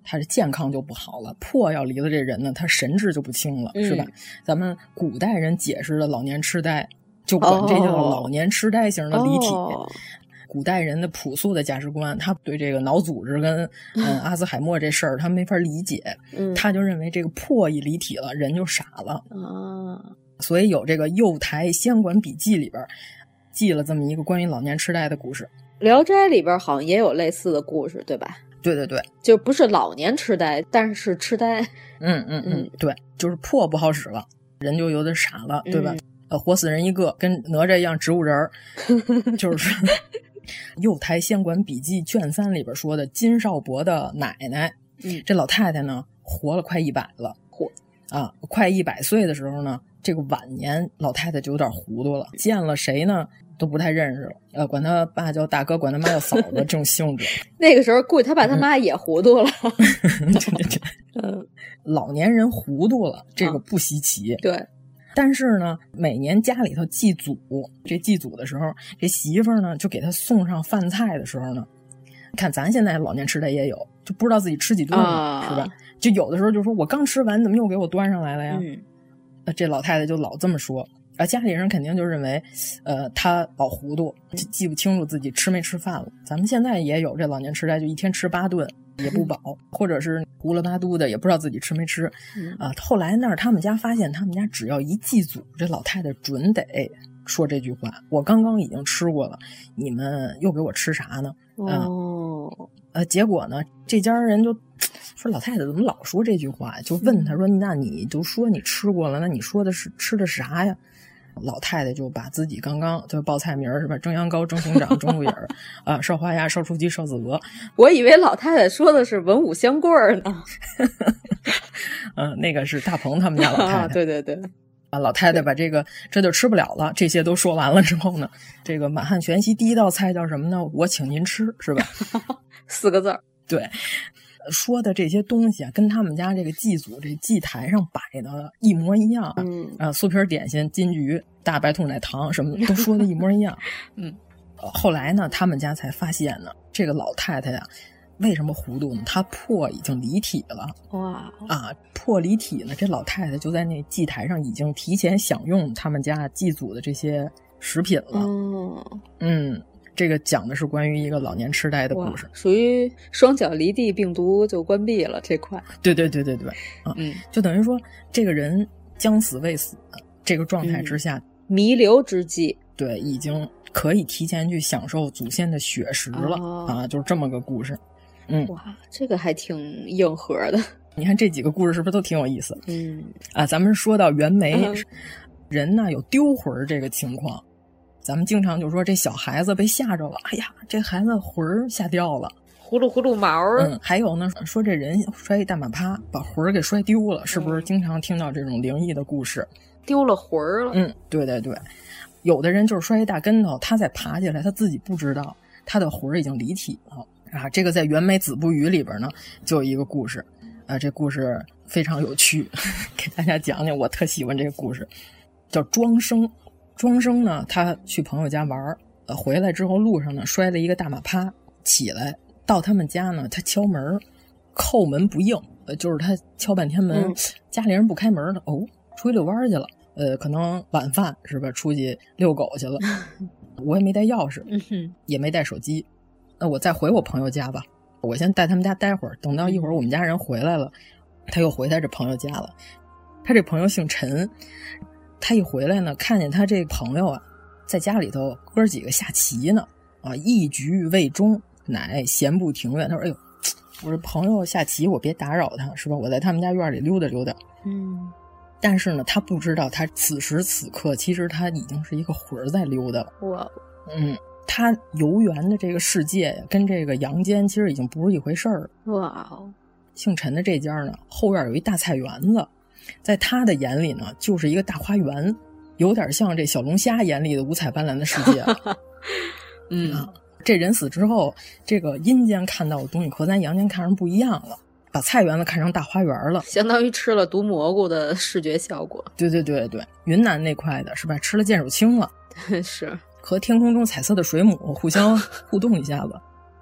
他的健康就不好了，魄要离了这人呢，他神志就不清了，嗯、是吧？咱们古代人解释的老年痴呆，就管这叫老年痴呆型的离体。哦，古代人的朴素的价值观，他对这个脑组织跟嗯阿兹海默这事儿他没法理解，嗯、他就认为这个魄一离体了，人就傻了啊。所以有这个《右台仙馆笔记》里边记了这么一个关于老年痴呆的故事。 《聊斋》里边好像也有类似的故事，对吧？ 对对对， 就不是老年痴呆，但是痴呆。 嗯嗯嗯，对，就是魄不好使了，人就有点傻了，对吧？嗯、呃，活死人一个，跟哪吒一样植物人儿，就是《右台仙馆笔记》卷三里边说的金少伯的奶奶，嗯，这老太太呢活了快一百了， 嚯啊，快一百岁的时候呢，这个晚年老太太就有点糊涂了，见了谁呢？都不太认识了，呃，管他爸叫大哥，管他妈叫嫂子，这种性质。 那个时候估计他爸他妈也糊涂了。 对对对，嗯，老年人糊涂了，这个不稀奇。 啊、对， 但是呢，每年家里头祭祖，这祭祖的时候，这媳妇儿呢就给他送上饭菜的时候呢，看咱现在老年痴呆也有，就不知道自己吃几顿了，啊、是吧？就有的时候就说我刚吃完，怎么又给我端上来了呀？嗯，呃，这老太太就老这么说。啊，家里人肯定就认为，呃，他老糊涂，记不清楚自己吃没吃饭了。咱们现在也有这老年痴呆，就一天吃八顿也不饱，或者是糊了八嘟的，也不知道自己吃没吃。啊，后来那儿他们家发现，他们家只要一祭祖，这老太太准得说这句话：我刚刚已经吃过了，你们又给我吃啥呢？ 哦， 呃，结果呢，这家人就说老太太怎么老说这句话？就问他说：“那你都说你吃过了，那你说的是吃的啥呀？”老太太就把自己刚刚就报菜名是吧？蒸羊羔、蒸熊掌、蒸鹿眼儿啊，烧花鸭、烧雏鸡、烧子鹅。 我以为老太太说的是文武香棍儿呢。 嗯，那个是大鹏他们家老太太。 啊、对对对。 啊，老太太把这个这就吃不了了，这些都说完了之后呢，这个满汉全席第一道菜叫什么呢？我请您吃，是吧？ 四个字儿。 对。说的这些东西啊，跟他们家这个祭祖这祭台上摆的一模一样。嗯啊，酥皮点心、金桔、大白兔奶糖什么的都说的一模一样。 嗯、 呃，后来呢，他们家才发现呢，这个老太太呀、啊，为什么糊涂呢？她魄已经离体了。 哇啊，魄离体呢，这老太太就在那祭台上已经提前享用他们家祭祖的这些食品了。 哦， 嗯。这个讲的是关于一个老年痴呆的故事， 属于双脚离地病毒就关闭了这块。 对对对对对，啊，嗯，就等于说这个人将死未死，这个状态之下， 嗯、弥留之际， 对，已经可以提前去享受祖先的血食了、哦、啊，就是这么个故事。嗯， 哇，这个还挺硬核的。 你看这几个故事是不是都挺有意思？ 嗯， 啊，咱们说到袁枚，嗯、人呢有丢魂这个情况。咱们经常就说这小孩子被吓着了，哎呀，这孩子魂儿吓掉了， 呼噜呼噜毛。 嗯，还有呢，说这人摔一大马趴，把魂儿给摔丢了，是不是经常听到这种灵异的故事？ 丢了魂儿了。 嗯，对对对，有的人就是摔一大跟头，他再爬起来，他自己不知道他的魂儿已经离体了啊。这个在《袁枚子不语》里边呢，就有一个故事啊，这故事非常有趣，给大家讲讲，我特喜欢这个故事，叫庄生。庄生呢，他去朋友家玩，呃，回来之后路上呢摔了一个大马趴，起来到他们家呢，他敲门，叩门不应，呃，就是他敲半天门，嗯、家里人不开门呢，哦，出去遛弯去了，呃，可能晚饭是吧？出去遛狗去了，我也没带钥匙， 嗯、 也没带手机，那我再回我朋友家吧，我先在他们家待会儿，等到一会儿我们家人回来了，他又回他这朋友家了，他这朋友姓陈。他一回来呢，看见他这朋友啊，在家里头哥几个下棋呢，啊，一局未终，乃闲步庭院。他说：“哎呦，我这朋友下棋，我别打扰他，是吧？我在他们家院里溜达溜达。” 嗯， 但是呢，他不知道，他此时此刻，其实他已经是一个魂儿在溜达了。 哇， 嗯，他游园的这个世界呀，跟这个阳间其实已经不是一回事儿了。 哇， 姓陈的这家呢，后院有一大菜园子。在他的眼里呢，就是一个大花园，有点像这小龙虾眼里的五彩斑斓的世界。 嗯、 啊，这人死之后，这个阴间看到的东西和咱阳间看上不一样了，把菜园子看成大花园了， 相当于吃了毒蘑菇的视觉效果。 对对对对，云南那块的是吧？吃了剑手青了， 是和天空中彩色的水母互相互动一下子。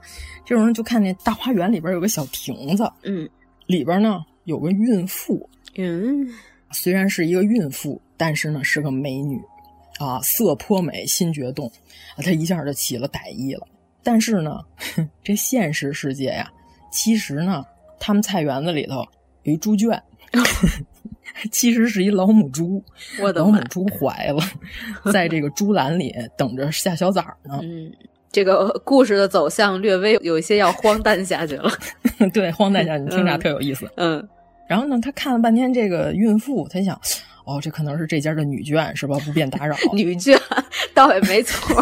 这种人就看见大花园里边有个小亭子， 嗯， 里边呢有个孕妇， 嗯， 虽然是一个孕妇，但是呢是个美女啊，色颇美，心觉动，他一下就起了歹意了。但是呢，这现实世界呀，其实呢，他们菜园子里头有一猪圈，其实是一老母猪， 我的老母猪怀了，在这个猪栏里等着下小崽儿呢。 嗯，这个故事的走向略微有一些要荒诞下去了。 对，荒诞下去，你听着特有意思。 嗯，嗯然后呢，他看了半天这个孕妇，他想，哦，这可能是这家的女眷是吧？不便打扰。 女眷倒也没错。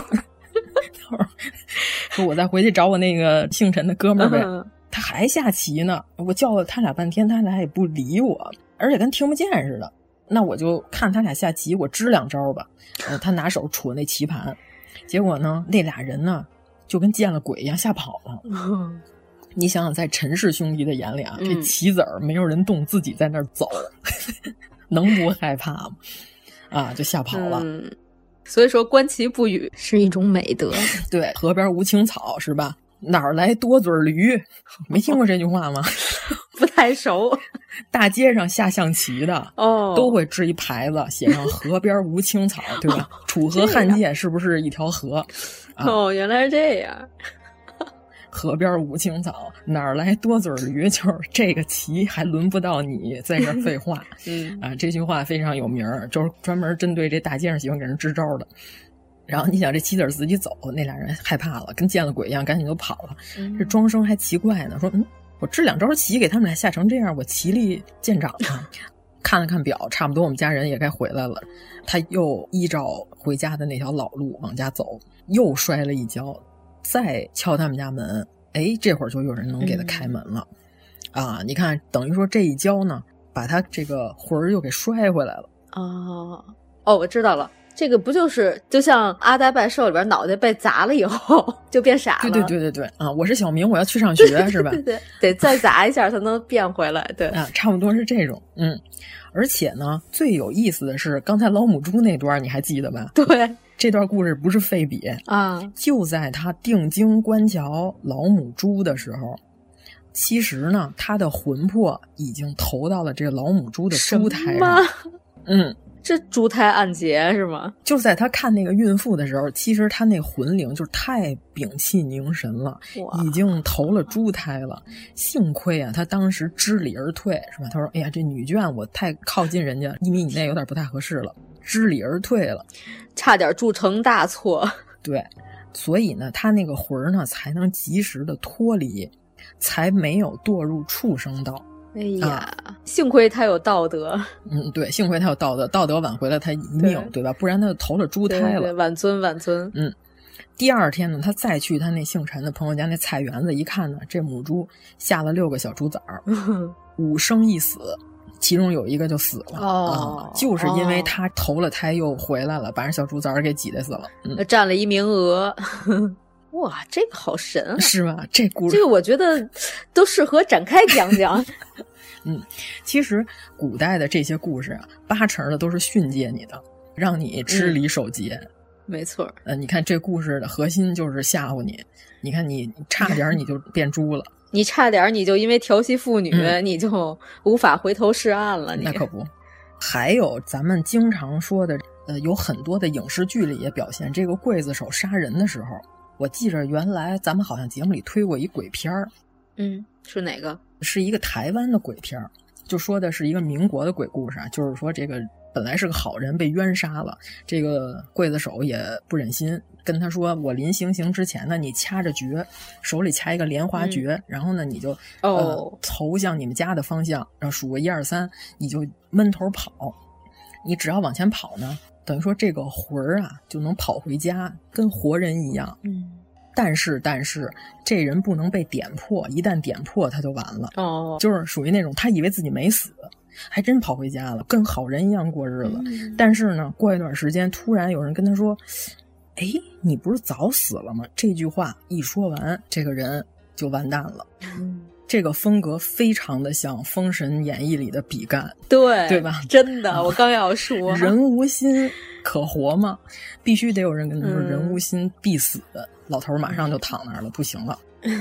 说我再回去找我那个姓陈的哥们儿呗。嗯、他还下棋呢，我叫了他俩半天，他俩也不理我，而且跟听不见似的。那我就看他俩下棋，我支两招吧。呃，他拿手戳那棋盘，结果呢，那俩人呢就跟见了鬼一样吓跑了。 嗯、 你想想，在陈氏兄弟的眼里啊， 嗯、 这棋子儿没有人动，自己在那儿走，能不害怕吗？啊，就吓跑了。 嗯所以说观棋不语是一种美德。 对，河边无青草是吧？哪儿来多嘴驴？没听过这句话吗？ 不太熟。 大街上下象棋的哦， 都会支一牌子，写上河边无青草，对吧？楚河汉界是不是一条河？ 啊、哦，原来是这样。 河边无青草，哪儿来多嘴驴？就是这个棋还轮不到你在这废话。 嗯啊，这句话非常有名，就是专门针对这大街上喜欢给人支招的。然后你想，这棋子自己走，那俩人害怕了，跟见了鬼一样，赶紧就跑了。 嗯、 这庄生还奇怪呢，说：“嗯，我支两招棋给他们俩吓成这样，我棋力见长了。”看了看表，差不多我们家人也该回来了。他又依照回家的那条老路往家走，又摔了一跤。再敲他们家门，哎，这会儿就有人能给他开门了，嗯、啊！你看，等于说这一跤呢，把他这个魂儿又给摔回来了。 哦哦，我知道了，这个不就是就像阿呆拜寿里边脑袋被砸了以后就变傻了？ 对对对对对啊！我是小明，我要去上学，是吧？ 对对，得再砸一下才能变回来。对啊，差不多是这种。嗯，而且呢，最有意思的是，刚才老母猪那段你还记得吧？ 对。 这段故事不是废笔啊！ 就在他定睛观瞧老母猪的时候，其实呢，他的魂魄已经投到了这个老母猪的猪胎上。嗯， 这猪胎暗结是吗？ 就在他看那个孕妇的时候，其实他那魂灵就是太屏气凝神了，已经投了猪胎了。幸亏啊，他当时知礼而退，是吧？他说：“哎呀，这女眷我太靠近人家一米以内有点不太合适了。”知礼而退了， 差点铸成大错。 对，所以呢，他那个魂呢才能及时的脱离，才没有堕入畜生道。 哎呀、啊，幸亏他有道德。 嗯，对，幸亏他有道德，道德挽回了他一命， 对, 对吧？不然他就投了猪胎了。 对对，晚尊晚尊。 嗯，第二天呢，他再去他那姓陈的朋友家那菜园子一看呢，这母猪下了六个小猪崽儿，五生一死。其中有一个就死了、 哦啊，就是因为他投了胎又回来了，把人小猪崽儿给挤得死了，嗯， 占了一名额。哇，这个好神啊！ 是吧？这故事这个我觉得都适合展开讲讲。 嗯，其实古代的这些故事啊，八成的都是训诫你的，让你知礼守节。 嗯、没错。 呃，你看这故事的核心就是吓唬你，你看你差点你就变猪了。 你差点你就因为调戏妇女、嗯、你就无法回头是岸了。你那可不。还有咱们经常说的呃，有很多的影视剧里也表现这个刽子手杀人的时候，我记着原来咱们好像节目里推过一鬼片儿。 嗯，是哪个？ 是一个台湾的鬼片儿，就说的是一个民国的鬼故事啊，就是说这个本来是个好人被冤杀了，这个刽子手也不忍心，跟他说我临行刑之前呢，你掐着诀，手里掐一个莲花诀、嗯、然后呢你就、 哦、 呃投向你们家的方向，然后数个一二三，你就闷头跑，你只要往前跑呢，等于说这个魂儿啊就能跑回家，跟活人一样。 嗯， 但是但是这人不能被点破，一旦点破他就完了。 哦， 就是属于那种他以为自己没死，还真跑回家了，跟好人一样过日子、嗯、但是呢过一段时间突然有人跟他说，哎，你不是早死了吗？这句话一说完，这个人就完蛋了。 嗯， 这个风格非常的像《封神演义》里的比干， 对对吧？ 真的，我刚要说， 人无心可活吗？必须得有人跟他说，人无心必死。嗯，老头马上就躺那儿了，不行了。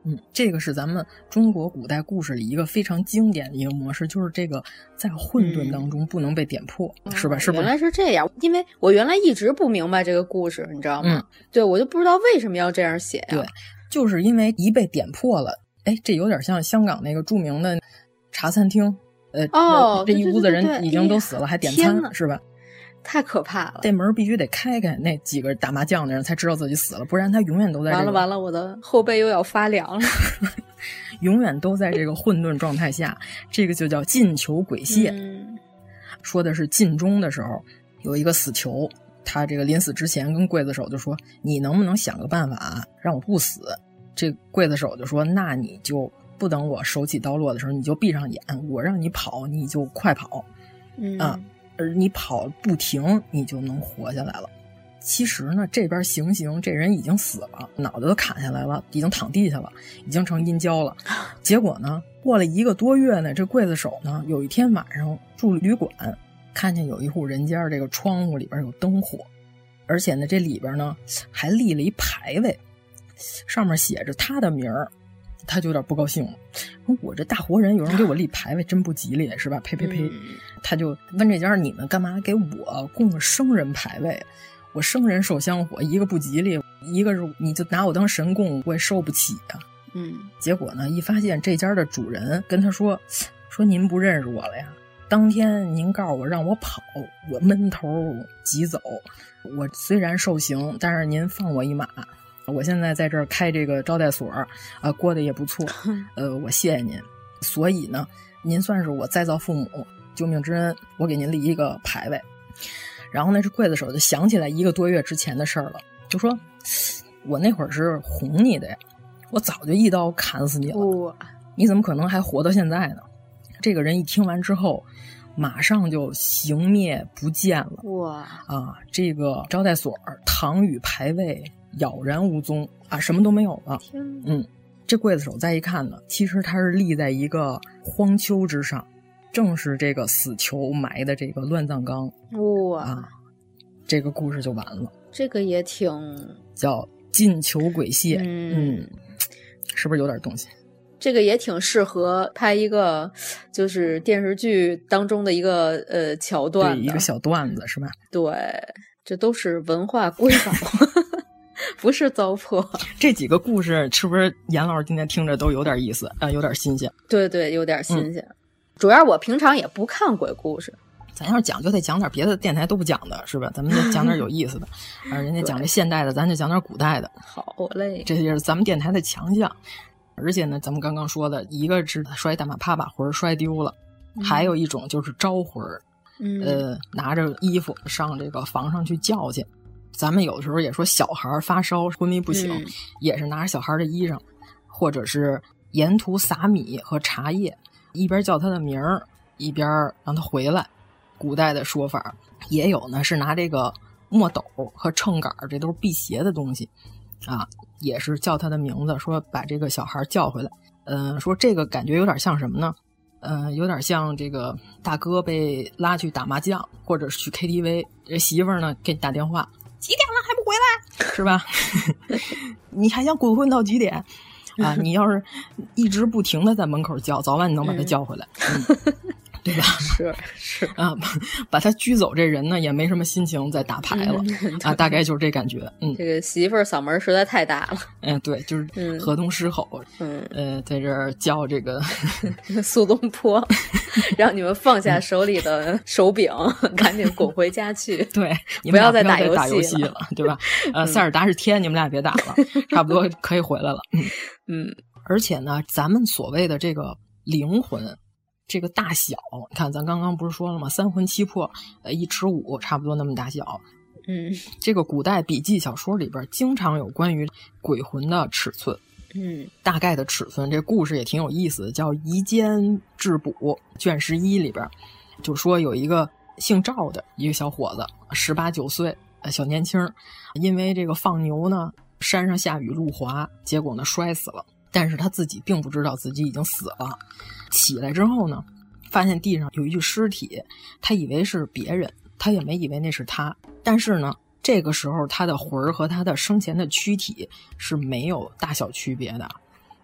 嗯，这个是咱们中国古代故事里一个非常经典的一个模式，就是这个在混沌当中不能被点破，嗯、是吧？是不是？ 原来是这样，因为我原来一直不明白这个故事，你知道吗？嗯、对，我就不知道为什么要这样写呀、啊。 对，就是因为一被点破了，哎，这有点像香港那个著名的茶餐厅，呃， 哦， 这一屋子人已经都死了，还点餐，是吧？ 太可怕了！ 这门必须得开开，那几个打麻将的人才知道自己死了，不然他永远都在、这个。 完了完了，我的后背又要发凉了。 永远都在这个混沌状态下，这个就叫禁囚鬼蟹。 嗯、 说的是晋中的时候，有一个死囚，他这个临死之前跟刽子手就说：“你能不能想个办法让我不死？”这刽子手就说：“那你就不等我手起刀落的时候，你就闭上眼，我让你跑，你就快跑。” 嗯啊。而你跑不停，你就能活下来了。其实呢，这边行刑，这人已经死了，脑袋都砍下来了，已经躺地下了，已经成阴交了。结果呢，过了一个多月呢，这刽子手呢，有一天晚上住旅馆，看见有一户人家这个窗户里边有灯火，而且呢，这里边呢还立了一牌位，上面写着他的名儿。他就有点不高兴了，我这大活人有人给我立牌位，真不吉利，是吧？呸呸呸！嗯、他就问这家：“你们干嘛给我供个生人牌位？我生人受香火，一个不吉利，一个是你就拿我当神供，我也受不起啊。” 嗯， 结果呢，一发现这家的主人跟他说：“说您不认识我了呀？当天您告诉我让我跑，我闷头急走。我虽然受刑，但是您放我一马。”我现在在这儿开这个招待所，啊、呃，过得也不错，呃，我谢谢您。所以呢，您算是我再造父母，救命之恩，我给您立一个牌位。然后呢，这刽子手就想起来一个多月之前的事儿了，就说：“我那会儿是哄你的呀，我早就一刀砍死你了，你怎么可能还活到现在呢？”这个人一听完之后，马上就形灭不见了。 哇啊，这个招待所堂与牌位杳然无踪啊，什么都没有了。嗯，这刽子手再一看呢，其实他是立在一个荒丘之上，正是这个死囚埋的这个乱葬岗。 哇、 啊，这个故事就完了。 这个也挺叫禁囚鬼蟹。 嗯, 嗯，是不是有点东西？ 这个也挺适合拍一个，就是电视剧当中的一个呃桥段的， 对，一个小段子是吧？ 对，这都是文化瑰宝。不是糟粕。 这几个故事是不是严老师今天听着都有点意思啊、呃，有点新鲜？ 对对，有点新鲜、嗯。主要我平常也不看鬼故事， 咱要是讲就得讲点别的电台都不讲的，是吧？咱们就讲点有意思的。啊，人家讲这现代的，咱就讲点古代的。 好嘞， 这也是咱们电台的强项。而且呢，咱们刚刚说的一个是摔大马趴把魂摔丢了、嗯，还有一种就是招魂， 嗯， 呃，拿着衣服上这个房上去叫去。咱们有的时候也说小孩发烧昏迷不醒、嗯、也是拿着小孩的衣裳，或者是沿途撒米和茶叶，一边叫他的名儿一边让他回来。古代的说法也有呢，是拿这个墨斗和秤杆，这都是辟邪的东西啊，也是叫他的名字，说把这个小孩叫回来。嗯、呃，说这个感觉有点像什么呢？嗯、呃，有点像这个大哥被拉去打麻将或者是去 K T V， 这媳妇儿呢给你打电话，几点了还不回来，是吧？你还想鬼混到几点啊？你要是一直不停的在门口叫，早晚你能把他叫回来。嗯嗯对吧？ 是是啊，把他拘走这人呢，也没什么心情再打牌了、嗯、啊，大概就是这感觉。嗯， 这个媳妇儿嗓门实在太大了。 嗯，对，就是河东狮吼。 嗯， 呃，在这儿叫这个苏东坡，让你们放下手里的手柄，赶紧滚回家去。 对， 你不要再打游戏, 戏了，对吧？呃，塞尔达是天，你们俩别打了，差不多可以回来了。嗯嗯， 而且呢，咱们所谓的这个灵魂。这个大小，你看咱刚刚不是说了吗？三魂七魄，呃，一尺五，差不多那么大小。 嗯， 这个古代笔记小说里边经常有关于鬼魂的尺寸， 嗯， 大概的尺寸。这故事也挺有意思的，叫《夷坚志卜》卷十一里边，就说有一个姓赵的一个小伙子，十八九岁，小年轻，因为这个放牛呢，山上下雨路滑，结果呢摔死了。但是他自己并不知道自己已经死了，起来之后呢，发现地上有一具尸体，他以为是别人，他也没以为那是他。但是呢，这个时候他的魂儿和他的生前的躯体是没有大小区别的。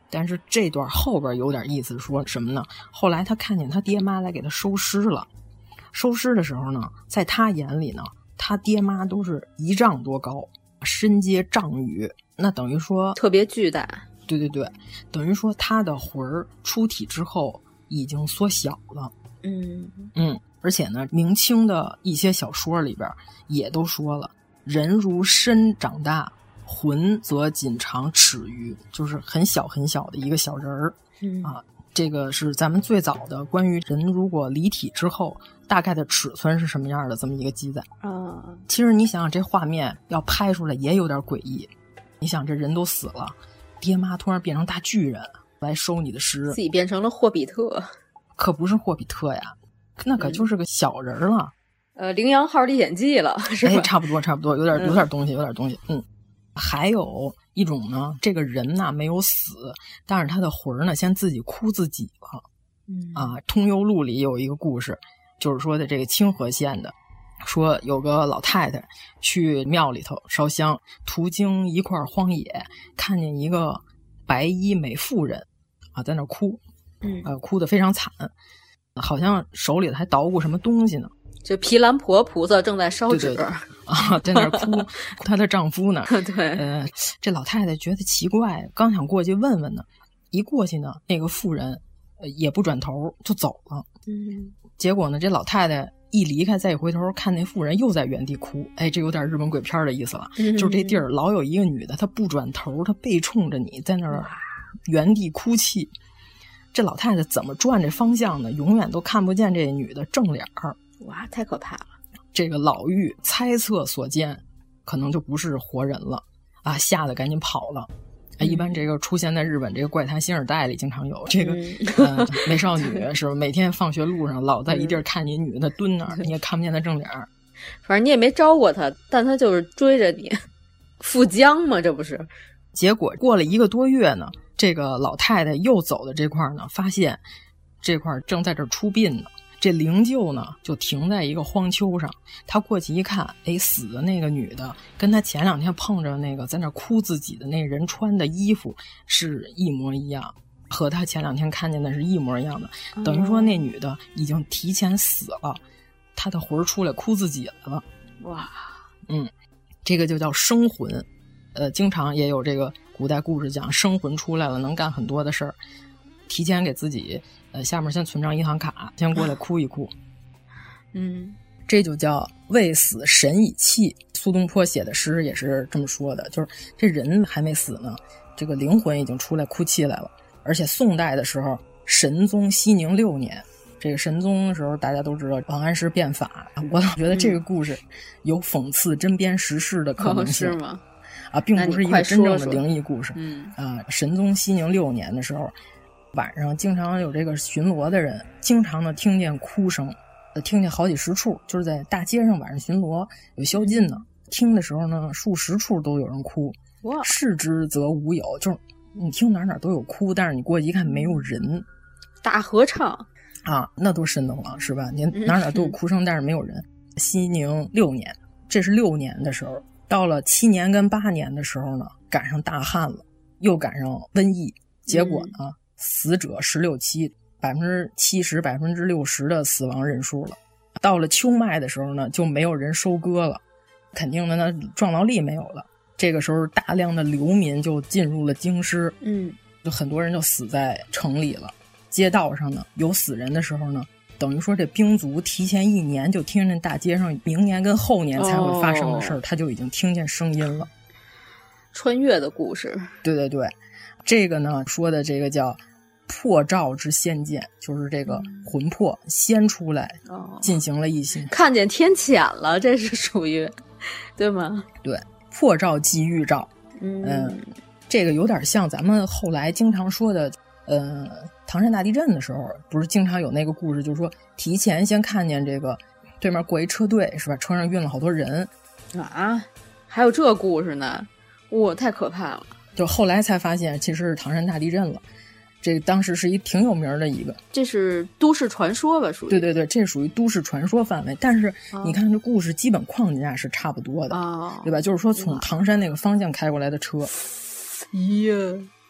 但是这段后边有点意思，说什么呢？后来他看见他爹妈来给他收尸了，收尸的时候呢，在他眼里呢，他爹妈都是一丈多高，身皆丈余，那等于说特别巨大。 对对对，等于说他的魂儿出体之后已经缩小了。 嗯嗯，而且呢，明清的一些小说里边也都说了，人如身长大，魂则仅长尺余，就是很小很小的一个小人儿、 嗯、 啊。这个是咱们最早的关于人如果离体之后大概的尺寸是什么样的这么一个记载啊。 其实你想想，这画面要拍出来也有点诡异。你想，这人都死了，爹妈突然变成大巨人来收你的尸， 自己变成了霍比特， 可不是霍比特呀，那可就是个小人了。 嗯、呃，《羚羊号历险记》了，是吧？ 哎，差不多，差不多，有点有点东西，有点东西。嗯，还有一种呢，这个人呢没有死，但是他的魂呢先自己哭自己了。 嗯啊，《通幽录》里有一个故事，就是说的这个清河县的，说有个老太太去庙里头烧香，途经一块荒野，看见一个白衣美妇人啊在那哭， 嗯， 呃，哭得非常惨，好像手里还捣鼓什么东西呢。 这毗兰婆菩萨正在烧纸， 对对对啊，在那儿哭，她的丈夫呢？ 对， 呃，这老太太觉得奇怪，刚想过去问问呢，一过去呢，那个妇人、呃、也不转头就走了。 嗯， 结果呢，这老太太一离开，再一回头看那妇人又在原地哭。哎，这有点日本鬼片的意思了， 嗯、 就是这地儿老有一个女的，她不转头，她背冲着你在那儿原地哭泣。这老太太怎么转这方向呢？永远都看不见这女的正脸儿。 哇，太可怕了！ 这个老妪猜测所见，可能就不是活人了啊，吓得赶紧跑了。啊，一般这个出现在日本这个怪谈新耳带里经常有这个、嗯呃、美少女是吧？每天放学路上老在一地儿看见女的蹲那儿，你也看不见她正脸。 反正你也没招过她，但她就是追着你，富江嘛，这不是？ 结果过了一个多月呢，这个老太太又走的这块呢，发现这块正在这出殡呢。这灵柩呢就停在一个荒丘上，他过去一看，哎，死的那个女的跟他前两天碰着那个在那哭自己的那人穿的衣服是一模一样，和他前两天看见的是一模一样的，等于说那女的已经提前死了，她的魂出来哭自己来了。 哇， 嗯，这个就叫生魂。呃，经常也有这个古代故事讲生魂出来了能干很多的事儿，提前给自己呃下面先存张银行卡，先过来哭一哭。 嗯， 这就叫未死神已泣。苏东坡写的诗也是这么说的，就是这人还没死呢，这个灵魂已经出来哭泣来了。而且宋代的时候，神宗熙宁六年，这个神宗的时候大家都知道王安石变法，我觉得这个故事有讽刺针砭时事的可能性。 哦，是吗？ 啊，并不是一个真正的灵异故事。 嗯啊，神宗熙宁六年的时候，晚上经常有这个巡逻的人，经常的听见哭声，呃，听见好几十处，就是在大街上晚上巡逻有宵禁呢，听的时候呢，数十处都有人哭。 哇， 视之则无有，就是你听哪哪都有哭，但是你过去一看没有人。 大合唱啊，那多瘆得慌是吧？你哪哪都有哭声，但是没有人。熙宁六年，这是六年的时候。到了七年跟八年的时候呢，赶上大旱了，又赶上瘟疫，结果呢，嗯、死者十六七，百分之七十、百分之六十的死亡人数了。到了秋麦的时候呢，就没有人收割了，肯定的呢，壮劳力没有了。这个时候，大量的流民就进入了京师， 嗯， 就很多人就死在城里了。街道上呢，有死人的时候呢。等于说这兵卒提前一年就听见大街上明年跟后年才会发生的事儿、哦、他就已经听见声音了。 穿越的故事。 对对对，这个呢说的这个叫破兆之先见，就是这个魂魄先出来进行了一些、哦、 看见天谴了，这是属于对吗？ 对，破兆即预兆。 嗯, 嗯，这个有点像咱们后来经常说的呃，唐山大地震的时候，不是经常有那个故事，就是说提前先看见这个对面过一车队，是吧？车上运了好多人啊，还有这故事呢，哇，太可怕了！ 就后来才发现，其实是唐山大地震了。这个当时是一挺有名的一个， 这是都市传说吧？属于对对对，这属于都市传说范围。但是你看这故事基本框架是差不多的， 哦、 对吧？就是说从唐山那个方向开过来的车。 咦、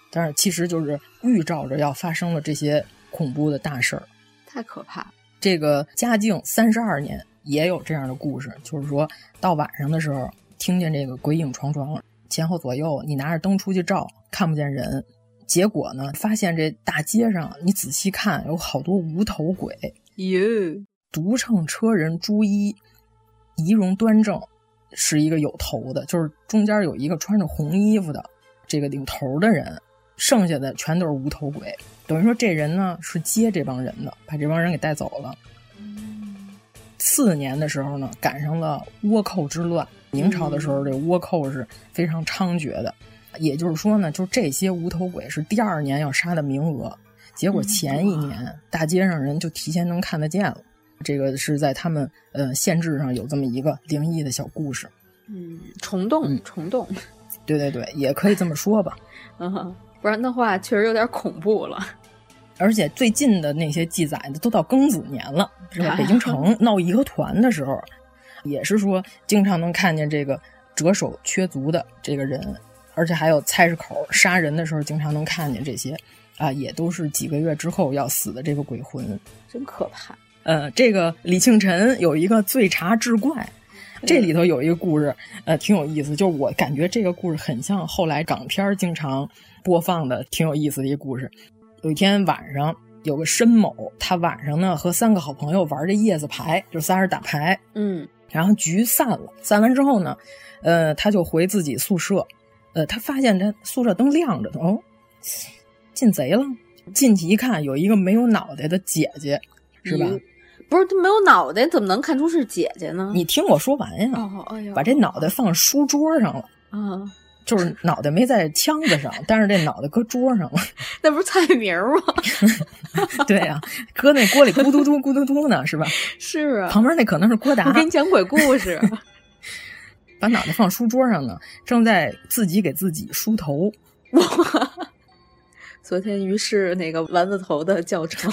但是其实就是预兆着要发生了这些恐怖的大事儿， 太可怕。 这个嘉靖三十二年也有这样的故事，就是说到晚上的时候听见这个鬼影幢幢，前后左右你拿着灯出去照看不见人，结果呢发现这大街上你仔细看有好多无头鬼， 哟， 独乘车人朱衣，仪容端正，是一个有头的，就是中间有一个穿着红衣服的这个领头的人，剩下的全都是无头鬼。等于说这人呢是接这帮人的，把这帮人给带走了。次年的时候呢，赶上了倭寇之乱。明朝的时候，这倭寇是非常猖獗的。也就是说呢，就这些无头鬼是第二年要杀的名额，结果前一年大街上人就提前能看得见了。这个是在他们呃县志上有这么一个灵异的小故事。 嗯，虫洞，嗯、虫洞。 对对对，也可以这么说吧。 嗯，不然的话确实有点恐怖了。 而且最近的那些记载的都到庚子年了，是吧？北京城闹义和团的时候，也是说经常能看见这个折手缺足的这个人，而且还有菜市口杀人的时候经常能看见这些啊，也都是几个月之后要死的这个鬼魂， 真可怕。 呃，这个李庆辰有一个醉茶志怪，这里头有一个故事，呃，挺有意思。就是我感觉这个故事很像后来港片经常播放的，挺有意思的一个故事。有一天晚上，有个申某，他晚上呢和三个好朋友玩这叶子牌，就仨人打牌， 嗯， 然后局散了。散完之后呢，呃，他就回自己宿舍，呃，他发现他宿舍灯亮着，哦，进贼了。进去一看，有一个没有脑袋的姐姐，是吧？ 不是，他没有脑袋，怎么能看出是姐姐呢？ 你听我说完呀！ 哦，哎呦， 把这脑袋放书桌上了啊， 就是脑袋没在枪子上，但是这脑袋搁桌上了。 那不是菜名吗？ 对呀、啊，搁那锅里咕嘟嘟咕嘟嘟呢，是吧？ 是啊， 旁边那可能是郭达。 我给你讲鬼故事。 把脑袋放书桌上呢，正在自己给自己梳头。 哇！昨天于是那个丸子头的教程。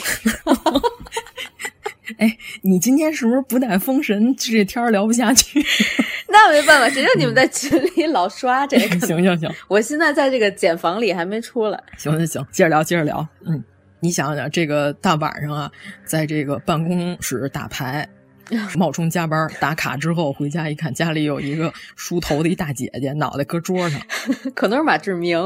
哎，你今天是不是不带封神？这天聊不下去。 那没办法，谁让你们在群里老刷这个？ 行行行， 我现在在这个茧房里还没出来。 行行行，接着聊，接着聊。嗯，你想想，这个大晚上啊，在这个办公室打牌，冒充加班打卡之后回家一看，家里有一个梳头的一大姐姐，脑袋搁桌上， 可能是马志明。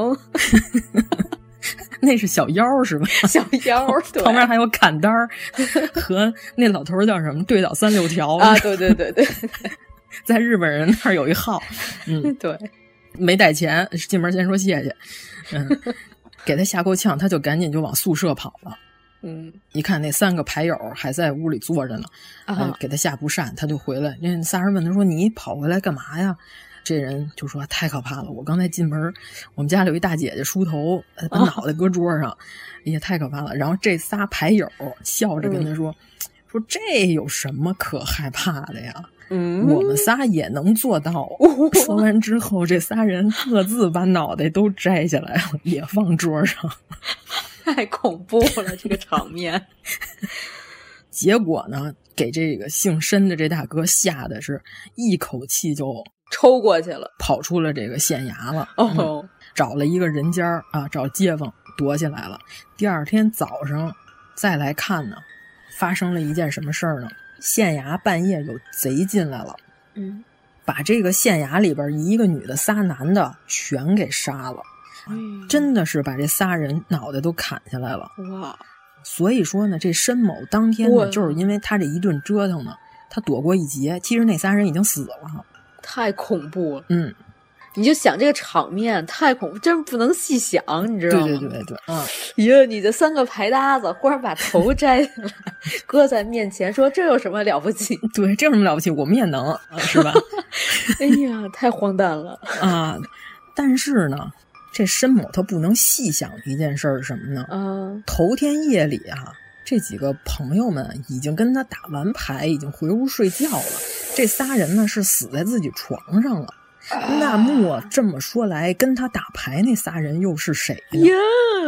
那是小妖是吧？ 小妖，对， 旁边还有砍单儿和那老头叫什么对倒三六条啊？对对对对， 在日本人那儿有一号，嗯， 对， 没带钱，进门先说谢谢，嗯，给他吓够呛，他就赶紧就往宿舍跑了。 嗯， 一看那三个牌友还在屋里坐着呢， 啊呃、给他吓不善，他就回来。那仨人问他说：“你跑回来干嘛呀？”这人就说：“太可怕了！我刚才进门，我们家里有一大姐姐梳头，把脑袋搁桌上，也、哦、太可怕了。”然后这仨牌友笑着跟他说：“嗯、说这有什么可害怕的呀？ 嗯， 我们仨也能做到。哦”说完之后，这仨人各自把脑袋都摘下来，也放桌上， 太恐怖了，这个场面。 结果呢，给这个姓申的这大哥吓得是一口气就。 抽过去了， 跑出了这个县衙了。 哦、 嗯，找了一个人家啊，找街坊躲起来了。第二天早上再来看呢，发生了一件什么事儿呢？县衙半夜有贼进来了， 嗯， 把这个县衙里边一个女的仨男的全给杀了， 嗯、 真的是把这仨人脑袋都砍下来了。 哇！ 所以说呢，这申某当天呢，就是因为他这一顿折腾呢，他躲过一劫。其实那仨人已经死了。 太恐怖了， 嗯， 你就想这个场面太恐怖，真不能细想，你知道吗？ 对对对对，嗯， 哟，你的三个牌搭子忽然把头摘下来，搁在面前，说这有什么了不起？ 对，这有什么了不起？我们也能，是吧？ 哎呀，太荒诞了啊！但是呢，这申某他不能细想一件事是什么呢？ 嗯， 头天夜里啊。这几个朋友们已经跟他打完牌，已经回屋睡觉了。这仨人呢是死在自己床上了。啊、那么这么说来，跟他打牌那仨人又是谁呢？ 呀，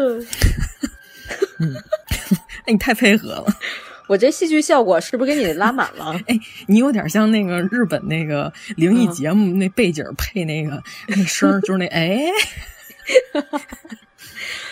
嗯，哎，你太配合了。 我这戏剧效果是不是给你拉满了？ 哎，你有点像那个日本那个灵异节目、嗯、那背景配那个那声，就是那哎。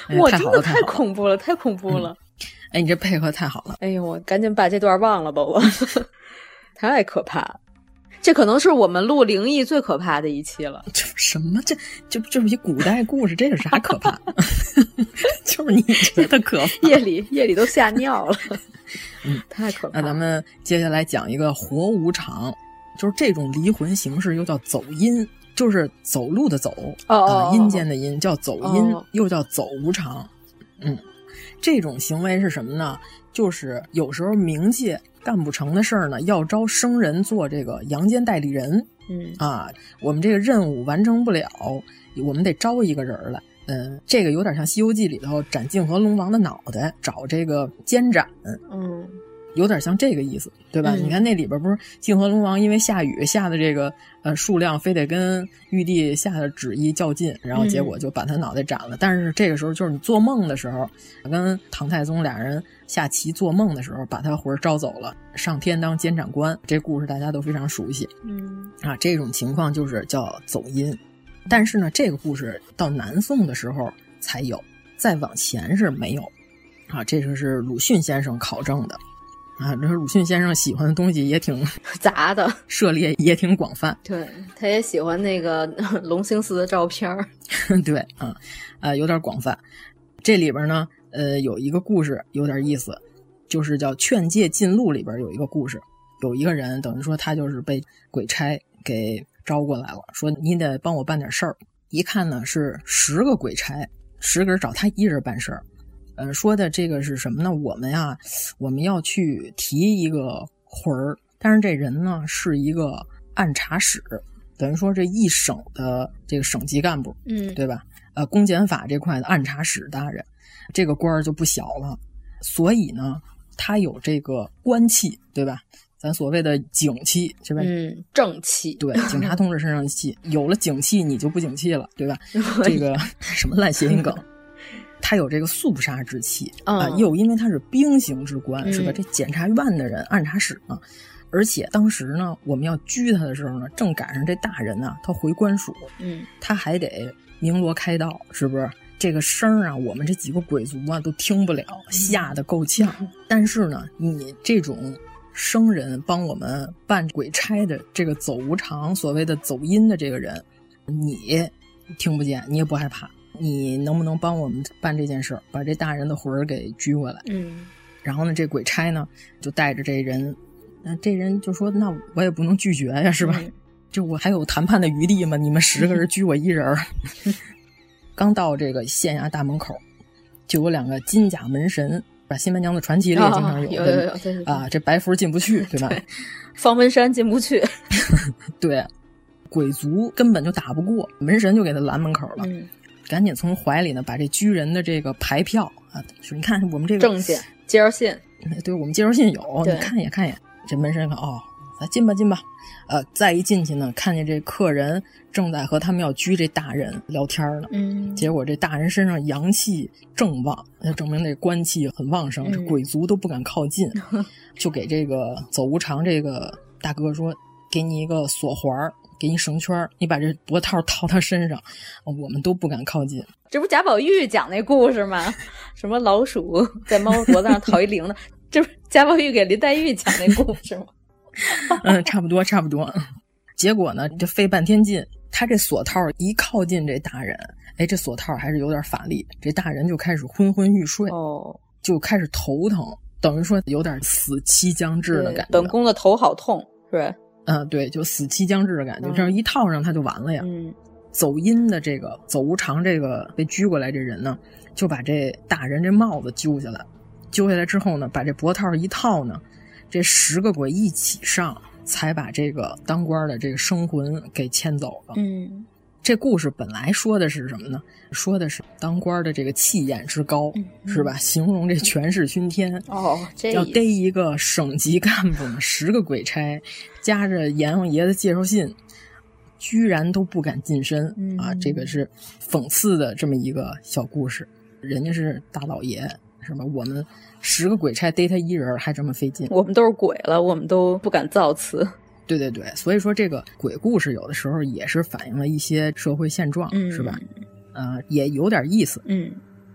哎、 我真的太恐怖了，太恐怖了。 嗯、哎，你这配合太好了。 哎呦，我赶紧把这段忘了吧，我太可怕了。这可能是我们录灵异最可怕的一期了。 这什么？这就就是一古代故事，这有啥可怕？就是你觉得可怕？ 夜里夜里都吓尿了，嗯，太可怕了。 那咱们接下来讲一个活无常，就是这种离魂形式又叫走阴，就是走路的走， 哦哦呃，阴间的阴叫走阴， 哦、 又叫走无常。嗯，这种行为是什么呢？就是有时候冥界干不成的事儿呢，要招生人做这个阳间代理人。 嗯啊，我们这个任务完成不了，我们得招一个人来。嗯，这个有点像《西游记》里头斩泾河龙王的脑袋，找这个监斩。 嗯， 有点像这个意思，对吧？ 嗯、 你看那里边不是泾河龙王因为下雨下的这个呃数量非得跟玉帝下的旨意较劲，然后结果就把他脑袋斩了。嗯、但是这个时候就是你做梦的时候，跟唐太宗俩人下棋做梦的时候，把他魂招走了，上天当监斩官。这故事大家都非常熟悉。 嗯啊，这种情况就是叫走阴。但是呢，这个故事到南宋的时候才有，再往前是没有。啊，这个是鲁迅先生考证的。啊，这鲁迅先生喜欢的东西也挺杂的， 涉猎也挺广泛。 对，他也喜欢那个龙兴寺的照片对，啊，呃，有点广泛。这里边呢，呃，有一个故事有点意思，就是叫《劝诫进录》里边有一个故事，有一个人等于说他就是被鬼差给招过来了，说你得帮我办点事儿。一看呢是十个鬼差，十个人找他一人办事儿。呃，说的这个是什么呢？我们呀，我们要去提一个魂儿，但是这人呢是一个按察使，等于说这一省的这个省级干部， 嗯， 对吧？呃，公检法这块的按察使大人，这个官儿就不小了，所以呢，他有这个官气，对吧？咱所谓的警气，是吧？ 嗯，正气。 对，警察同志身上的气，有了警气，你就不警气了，对吧？这个什么烂谐音梗？他有这个肃杀之气啊、呃，又因为他是兵刑之官，嗯、是吧？这检察院的人，按察使呢，而且当时呢，我们要拘他的时候呢，正赶上这大人呢、啊，他回官署， 嗯， 他还得鸣锣开道，是不是？这个声啊，我们这几个鬼族啊都听不了，吓得够呛。嗯、但是呢，你这种生人帮我们办鬼差的这个走无常，所谓的走阴的这个人，你听不见，你也不害怕。你能不能帮我们办这件事儿，把这大人的魂儿给拘回来？ 嗯， 然后呢，这鬼差呢就带着这人，那这人就说：“那我也不能拒绝呀，是吧？嗯、就我还有谈判的余地吗？你们十个人拘我一人。嗯”刚到这个县衙大门口，就有两个金甲门神，把《新白娘子传奇》里也经常有的、 哦、有有有对对对啊，这白符进不去，对吧？ 对方文山进不去， 对，鬼族根本就打不过，门神就给他拦门口了。 嗯， 赶紧从怀里呢把这拘人的这个牌票啊，说你看我们这个证件、介绍信， 对我们介绍信有，你看一眼看一眼。这门神看哦，咱进吧进吧，呃，再一进去呢，看见这客人正在和他们要拘这大人聊天呢， 嗯， 结果这大人身上阳气正旺，那证明这官气很旺盛， 嗯、 这鬼族都不敢靠近，就给这个走无常这个大哥说，给你一个锁环儿。给你绳圈，你把这脖套套他身上，我们都不敢靠近。 这不贾宝玉讲那故事吗？什么老鼠在猫脖子上套一铃铛，这不贾宝玉给林黛玉讲那故事吗？ 嗯，差不多差不多。结果呢，这费半天劲，他这锁套一靠近这大人，哎，这锁套还是有点法力，这大人就开始昏昏欲睡， 哦， 就开始头疼，等于说有点死期将至的感觉。 本宫的头好痛，是吧？ 嗯，对，就死期将至的感觉，这样一套上他就完了呀。 嗯， 走阴的这个走无常这个被拘过来这人呢，就把这大人这帽子揪下来，揪下来之后呢，把这脖套一套呢，这十个鬼一起上，才把这个当官的这个生魂给牵走了。 嗯， 这故事本来说的是什么呢？说的是当官的这个气焰之高， 嗯、 是吧？形容这权势熏天。 哦，这要逮一个省级干部呢，十个鬼差，夹着阎王爷的介绍信，居然都不敢近身、 嗯、 啊！这个是讽刺的这么一个小故事。人家是大老爷，是吧？我们十个鬼差逮他一人还这么费劲， 我们都是鬼了，我们都不敢造次。 对对对，所以说这个鬼故事有的时候也是反映了一些社会现状， 嗯、 是吧？呃，也有点意思。 嗯，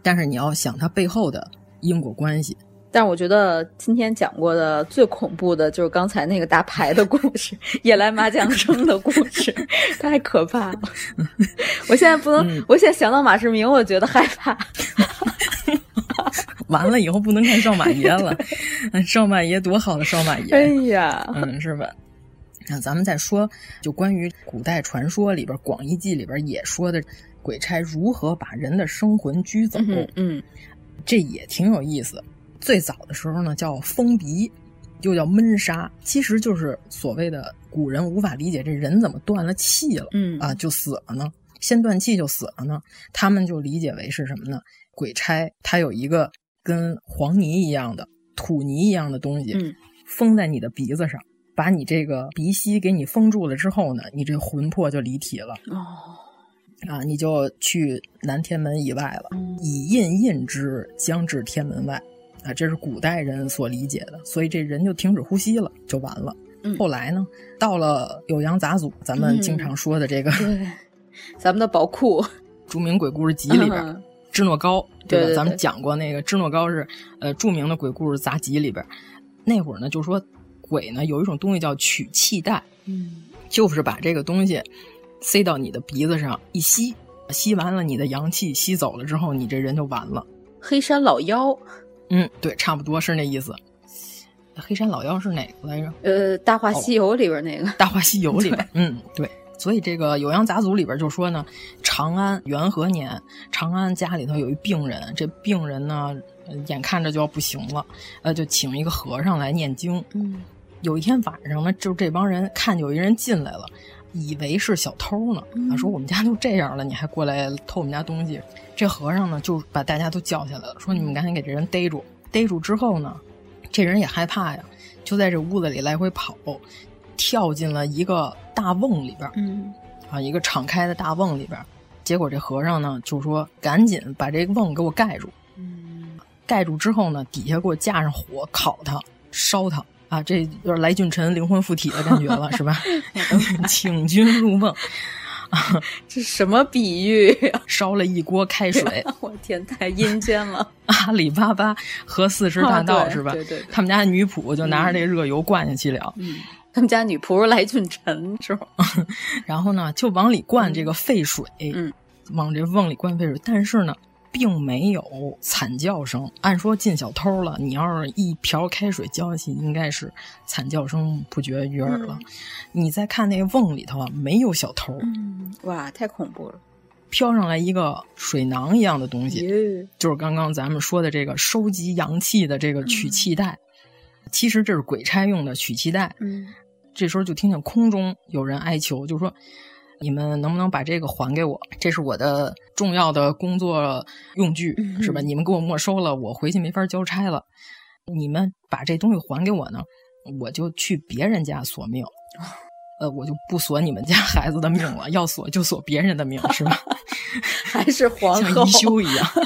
但是你要想它背后的因果关系。 但是我觉得今天讲过的最恐怖的就是刚才那个打牌的故事，夜来麻将声的故事，太可怕了。我现在不能、嗯，我现在想到马世明，我觉得害怕。 完了以后不能看少马爷了，少马爷多好的少马爷！ 哎呀， 嗯，是吧？那咱们再说，就关于古代传说里边，《广义记》里边也说的鬼差如何把人的生魂拘走， 嗯，嗯， 这也挺有意思。最早的时候呢，叫封鼻，又叫闷杀，其实就是所谓的古人无法理解这人怎么断了气了， 嗯啊，就死了呢，先断气就死了呢，他们就理解为是什么呢？鬼差他有一个跟黄泥一样的土泥一样的东西， 嗯， 封在你的鼻子上，把你这个鼻息给你封住了之后呢，你这魂魄就离体了。 哦， 啊，你就去南天门以外了，嗯、以印印之，将至天门外。啊，这是古代人所理解的，所以这人就停止呼吸了，就完了。 嗯、 后来呢，到了酉阳杂俎，咱们经常说的这个， 嗯、对，咱们的宝库， 著名鬼故事集里边，嗯、支诺高，对吧？ 对对对， 咱们讲过那个支诺高是呃著名的鬼故事杂集里边，那会儿呢就说鬼呢有一种东西叫取气袋， 嗯， 就是把这个东西塞到你的鼻子上一吸，吸完了你的阳气吸走了之后，你这人就完了。 黑山老妖。 嗯，对，差不多是那意思。黑山老妖是哪个来着？ 呃，《大话西游》里边那个。 哦、大话西游里边，嗯，对。所以这个酉阳杂俎里边就说呢，长安元和年，长安家里头有一病人，这病人呢，眼看着就要不行了，呃，就请一个和尚来念经。 嗯， 有一天晚上呢，就这帮人看有一人进来了，以为是小偷呢， 嗯、 说我们家都这样了，你还过来偷我们家东西。这和尚呢就把大家都叫下来了，说你们赶紧给这人逮住。逮住之后呢，这人也害怕呀，就在这屋子里来回跑，跳进了一个大瓮里边， 嗯， 啊，一个敞开的大瓮里边。结果这和尚呢就说赶紧把这个瓮给我盖住， 嗯， 盖住之后呢，底下给我架上火烤它烧它啊，这有点来俊臣灵魂附体的感觉了是吧？请君入瓮。 这什么比喻呀？ 烧了一锅开水， 我天，太阴间了！ 阿里巴巴和四十大盗、啊、是吧？ 对对对， 他们家女仆就拿着这热油灌下去了。 嗯，他们家女仆是来俊臣是吧？ 然后呢，就往里灌这个沸水， 嗯， 往这瓮里灌沸水，但是呢，并没有惨叫声。按说进小偷了，你要是一瓢开水浇下去，应该是惨叫声不绝于耳了。嗯、你再看那个瓮里头啊，没有小偷。 嗯，哇，太恐怖了！ 飘上来一个水囊一样的东西， 嗯、 就是刚刚咱们说的这个收集阳气的这个取气袋。嗯、其实这是鬼差用的取气袋。 嗯， 这时候就听见空中有人哀求，就说：“你们能不能把这个还给我？这是我的重要的工作用具， 嗯、 是吧？你们给我没收了，我回去没法交差了。你们把这东西还给我呢，我就去别人家索命。”呃，我就不索你们家孩子的命了，要索就索别人的命，是吧？ 还是皇后像一休一样。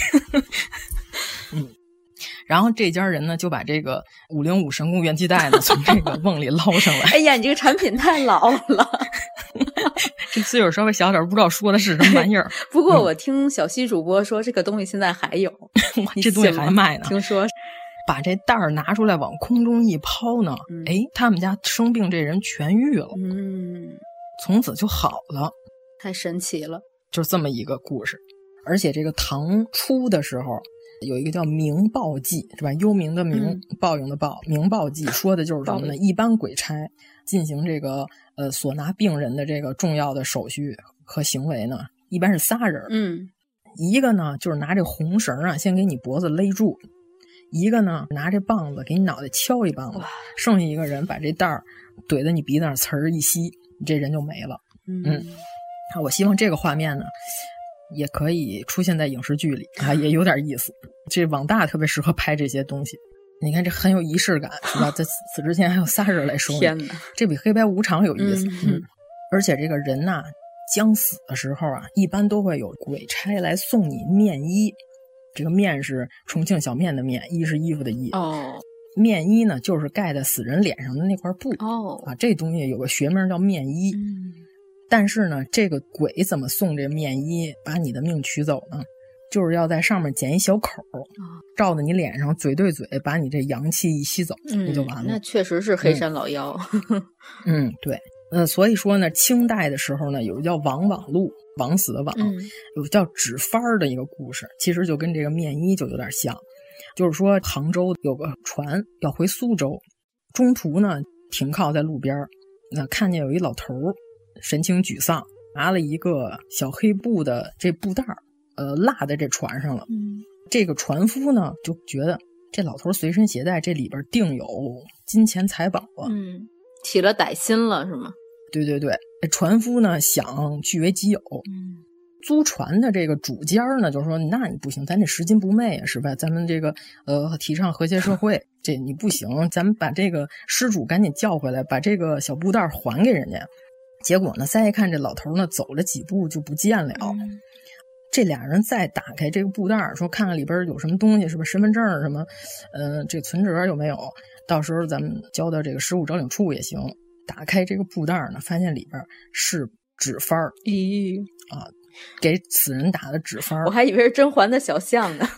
嗯，然后这家人呢，就把这个五零五神功元气袋呢，从这个瓮里捞上来。 哎呀，你这个产品太老了。 这岁数稍微小点，不知道说的是什么玩意儿。 不过我听小西主播说，这个东西现在还有， 这东西还卖呢。 听说。 把这袋儿拿出来往空中一抛呢， 嗯、 哎，他们家生病这人痊愈了， 嗯， 从此就好了， 太神奇了， 就是这么一个故事。而且这个唐初的时候，有一个叫《明报记》，是吧？幽冥的冥， 嗯、 报应的报，《明报记》说的就是什么呢？一般鬼差进行这个呃索拿病人的这个重要的手续和行为呢，一般是仨人， 嗯， 一个呢就是拿这红绳啊，先给你脖子勒住。一个呢拿这棒子给你脑袋敲一棒子，剩下一个人把这袋儿怼在你鼻子上，呲儿一吸，你这人就没了。 嗯， 嗯，我希望这个画面呢也可以出现在影视剧里啊，也有点意思。这网大特别适合拍这些东西，你看这很有仪式感，是吧？在此之前还有仨人来收你， 天哪， 这比黑白无常有意思。 嗯， 嗯，而且这个人呐将死的时候啊，一般都会有鬼差来送你面衣。这个面是重庆小面的面，衣是衣服的衣。 哦， 面衣呢就是盖在死人脸上的那块布。 哦， 啊，这东西有个学名叫面衣。 嗯， 但是呢，这个鬼怎么送这面衣把你的命取走呢？ 就是要在上面剪一小口，照在你脸上，嘴对嘴，把你这阳气一吸走， 嗯， 你就完了。 那确实是黑山老妖。 嗯, 嗯，对。呃，所以说呢，清代的时候呢，有叫王网路，枉死的枉，嗯、有叫纸幡的一个故事，其实就跟这个面衣就有点像。就是说，杭州有个船要回苏州，中途呢停靠在路边，那看见有一老头神情沮丧，拿了一个小黑布的这布袋，呃，落在这船上了。 嗯， 这个船夫呢就觉得这老头随身携带这里边定有金钱财宝啊， 嗯，起了歹心了是吗？ 对对对，船夫呢想据为己有。 嗯， 租船的这个主家呢就是说，那你不行，咱这拾金不昧啊，是吧？咱们这个呃提倡和谐社会，这你不行，咱们把这个失主赶紧叫回来，把这个小布袋还给人家。结果呢，再一看这老头呢走了几步就不见了。 嗯， 这俩人再打开这个布袋，说看看里边有什么东西，是不是身份证什么，呃，这存折有没有？到时候咱们交到这个失物招领处也行。打开这个布袋呢，发现里边是纸幡儿， 咦啊，给此人打的纸幡儿。 我还以为是甄嬛的小象呢。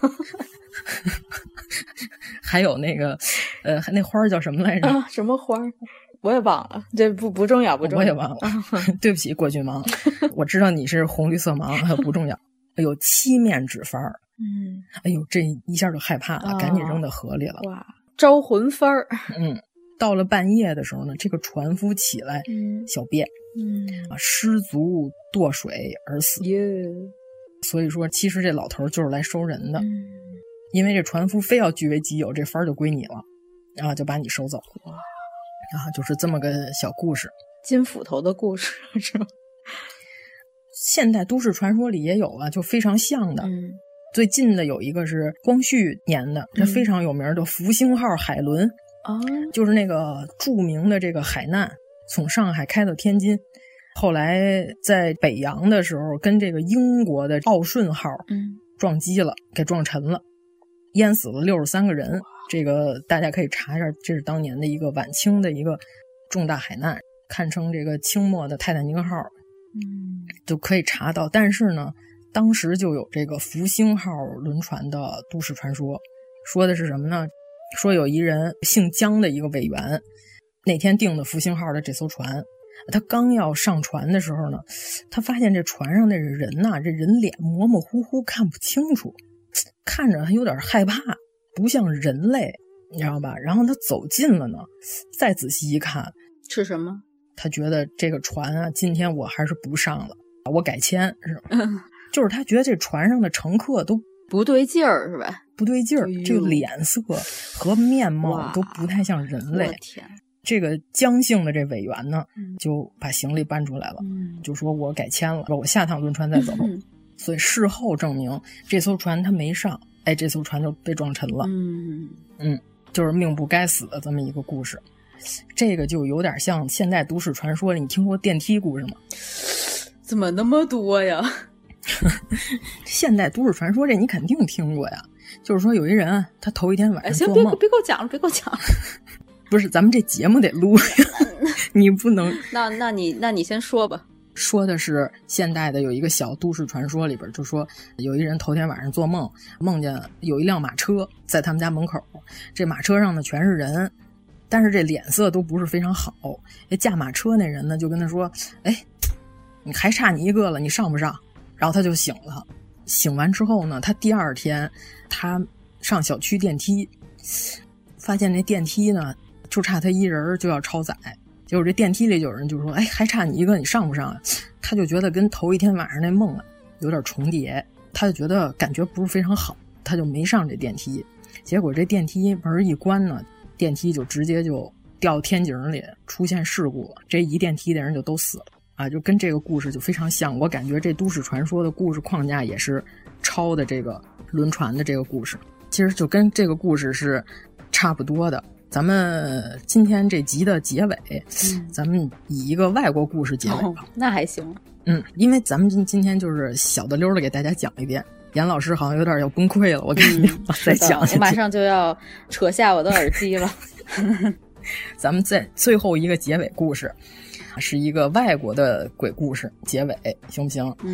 还有那个，呃，那花儿叫什么来着？ 啊，什么花儿？我也忘了，这不不重要，不重要。 我也忘了，对不起，郭俊盲。我知道你是红绿色盲，不重要。有七面纸幡儿， 嗯， 哎呦，这一下就害怕了，哦、赶紧扔到河里了。 哇，招魂幡儿。 嗯。到了半夜的时候呢，这个船夫起来小便， 嗯啊，失足堕水而死。 Yeah. 所以说，其实这老头就是来收人的， 嗯、 因为这船夫非要据为己有，这幡就归你了，然后就把你收走了。哇，啊，就是这么个小故事， 金斧头的故事是吧？ 现代都市传说里也有啊，就非常像的。 嗯， 最近的有一个是光绪年的，这非常有名的福星号海轮。 哦， 就是那个著名的这个海难，从上海开到天津，后来在北洋的时候跟这个英国的奥顺号撞击了，给撞沉了，淹死了六十三个人。这个大家可以查一下，这是当年的一个晚清的一个重大海难，堪称这个清末的泰坦尼克号， 嗯， 就可以查到。但是呢，当时就有这个福星号轮船的都市传说，说的是什么呢？说有一人姓姜的一个委员，那天订的福星号的这艘船，他刚要上船的时候呢，他发现这船上那人呐、啊，这人脸模模糊糊看不清楚，看着他有点害怕，不像人类，你知道吧？然后他走近了呢，再仔细一看， 是什么？ 他觉得这个船啊，今天我还是不上了，我改签是吧？嗯、就是他觉得这船上的乘客都不对劲儿，是吧？ 不对劲儿，这个脸色和面貌都不太像人类。 天， 这个姜姓的这委员呢，嗯、就把行李搬出来了， 嗯、 就说我改签了，我下趟轮船再走。 嗯、 所以事后证明，这艘船他没上，哎，这艘船就被撞沉了。 嗯嗯，就是命不该死的这么一个故事。这个就有点像现代都市传说里，你听过电梯故事吗？ 怎么那么多呀？ 现代都市传说这你肯定听过呀，就是说有一人他头一天晚上做梦， 哎、行别别给我讲了，别给我讲了。 不是，咱们这节目得录呀，你不能。 那那你那你先说吧。 说的是现代的有一个小都市传说里边，就说有一人头天晚上做梦，梦见有一辆马车在他们家门口，这马车上呢全是人，但是这脸色都不是非常好。这驾马车那人呢就跟他说：“哎，你还差你一个了，你上不上？”然后他就醒了，醒完之后呢，他第二天他上小区电梯，发现那电梯呢就差他一人就要超载，结果这电梯里有人就说：“哎，还差你一个，你上不上啊？”他就觉得跟头一天晚上那梦啊有点重叠，他就觉得感觉不是非常好，他就没上这电梯。结果这电梯门一关呢，电梯就直接就掉天井里，出现事故了，这一电梯的人就都死了。啊，就跟这个故事就非常像，我感觉这都市传说的故事框架也是抄的这个轮船的这个故事，其实就跟这个故事是差不多的。咱们今天这集的结尾，嗯、咱们以一个外国故事结尾吧。 哦、那还行。 嗯，因为咱们今今天就是小的溜的给大家讲一遍。严老师好像有点要崩溃了，我感觉、嗯、再讲下去， 我马上就要扯下我的耳机了。 咱们在最后一个结尾故事。是一个外国的鬼故事结尾，行不行？ 嗯，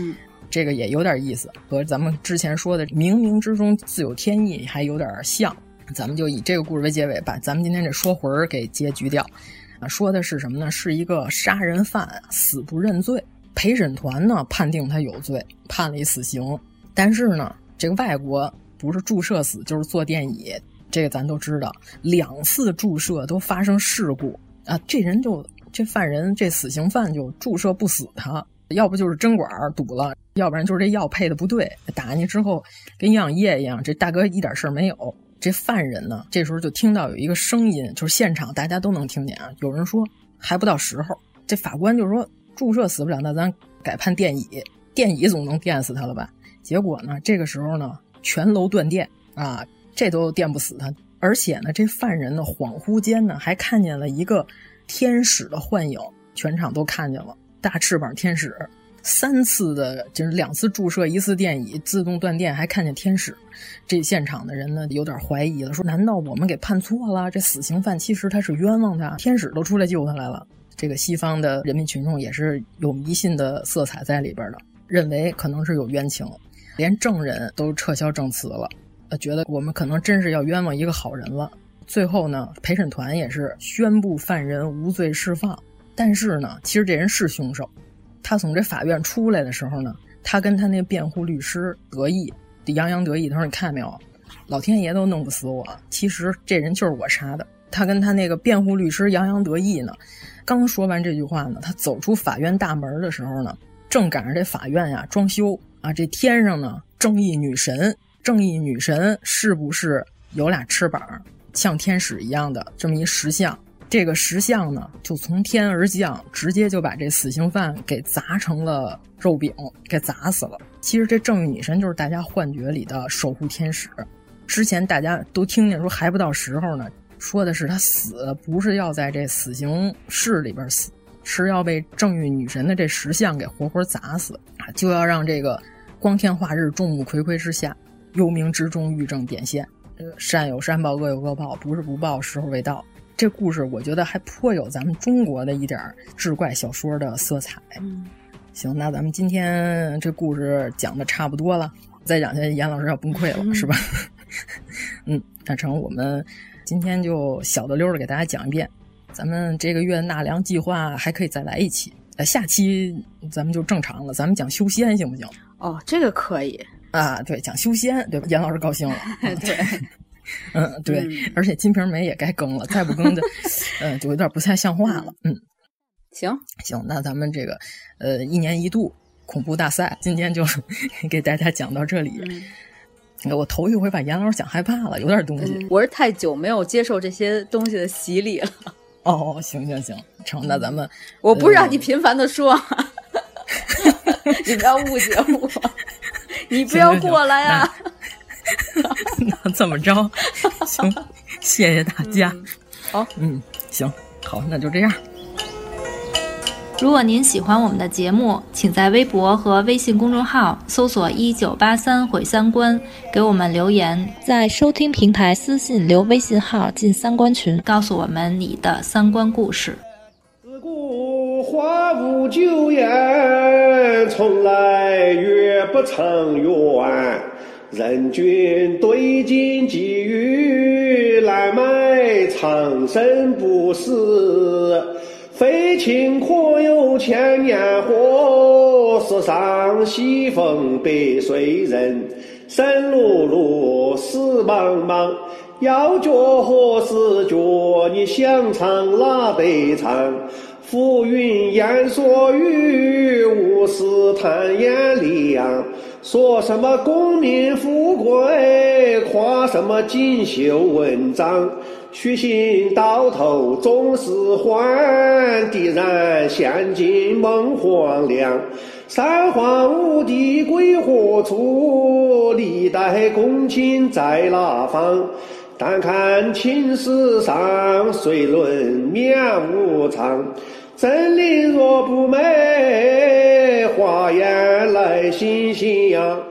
这个也有点意思，和咱们之前说的冥冥之中自有天意还有点像。咱们就以这个故事为结尾，把咱们今天这说魂儿给结局掉。啊，说的是什么呢？是一个杀人犯死不认罪，陪审团呢判定他有罪，判了一死刑。但是呢，这个外国不是注射死就是坐电椅，这个咱都知道，两次注射都发生事故啊，这人就这犯人这死刑犯就注射不死他，要不就是针管堵了，要不然就是这药配的不对，打进去之后跟营养液一样，这大哥一点事儿没有。这犯人呢，这时候就听到有一个声音，就是现场大家都能听见啊，有人说还不到时候。这法官就说注射死不了，那咱改判电椅，电椅总能电死他了吧？结果呢，这个时候呢，全楼断电啊，这都电不死他。而且呢，这犯人呢，恍惚间呢，还看见了一个天使的幻影，全场都看见了，大翅膀天使。三次的就是两次注射一次电椅自动断电，还看见天使。这现场的人呢有点怀疑了，说难道我们给判错了？这死刑犯其实他是冤枉的，天使都出来救他来了。这个西方的人民群众也是有迷信的色彩在里边的，认为可能是有冤情，连证人都撤销证词了，觉得我们可能真是要冤枉一个好人了。最后呢，陪审团也是宣布犯人无罪释放。但是呢，其实这人是凶手。他从这法院出来的时候呢，他跟他那辩护律师得意，洋洋得意，他说你看没有，老天爷都弄不死我，其实这人就是我杀的。他跟他那个辩护律师洋洋得意呢，刚说完这句话呢，他走出法院大门的时候呢，正赶上这法院呀装修啊，这天上呢正义女神，正义女神是不是有俩翅膀，像天使一样的这么一石像？这个石像呢，就从天而降，直接就把这死刑犯给砸成了肉饼，给砸死了。其实这正义女神就是大家幻觉里的守护天使。之前大家都听见说还不到时候呢，说的是他死不是要在这死刑室里边死，是要被正义女神的这石像给活活砸死，就要让这个光天化日、众目睽睽之下，幽冥之中狱政点现，善有善报，恶有恶报，不是不报，时候未到。这故事我觉得还颇有咱们中国的一点志怪小说的色彩。嗯，行，那咱们今天这故事讲的差不多了，再讲下去严老师要崩溃了，嗯、是吧？嗯，那成，我们今天就小的溜的给大家讲一遍。咱们这个月纳凉计划还可以再来一期，呃，下期咱们就正常了，咱们讲修仙行不行？ 哦，这个可以啊，对，讲修仙，对吧？严老师高兴了， 对。 嗯，对，嗯、而且金瓶梅也该更了，再不更就，嗯、呃，就有点不太像话了。嗯， 行行，那咱们这个，呃，一年一度恐怖大赛，今天就给大家讲到这里。嗯、我头一回把严老师讲害怕了，有点东西、 嗯。我是太久没有接受这些东西的洗礼了。 哦，行行行，成，那咱们， 我不是让你频繁的说，呃、你不要误解我，你不要过来呀、啊。 那这么着，行，谢谢大家。 嗯、好， 嗯，行，好，那就这样。 如果您喜欢我们的节目，请在微博和微信公众号搜索一九八三毁三观，给我们留言，在收听平台私信留微信号进三观群，告诉我们你的三观故事。 自古花无旧颜，从来月不曾圆。人君对镜寄语，来埋长生不死。非卿可有千年火，世上西风百岁人。生碌碌，死茫茫，要脚何时脚？你想唱哪得唱？浮云言所语，无事谈言凉。说什么功名富贵，夸什么锦绣文章，虚心到头总是幻，地然现今梦黄粱。三皇五帝归何处？历代公卿在哪方？但看青史上，谁论面无常？真理若不美，花言来信信仰。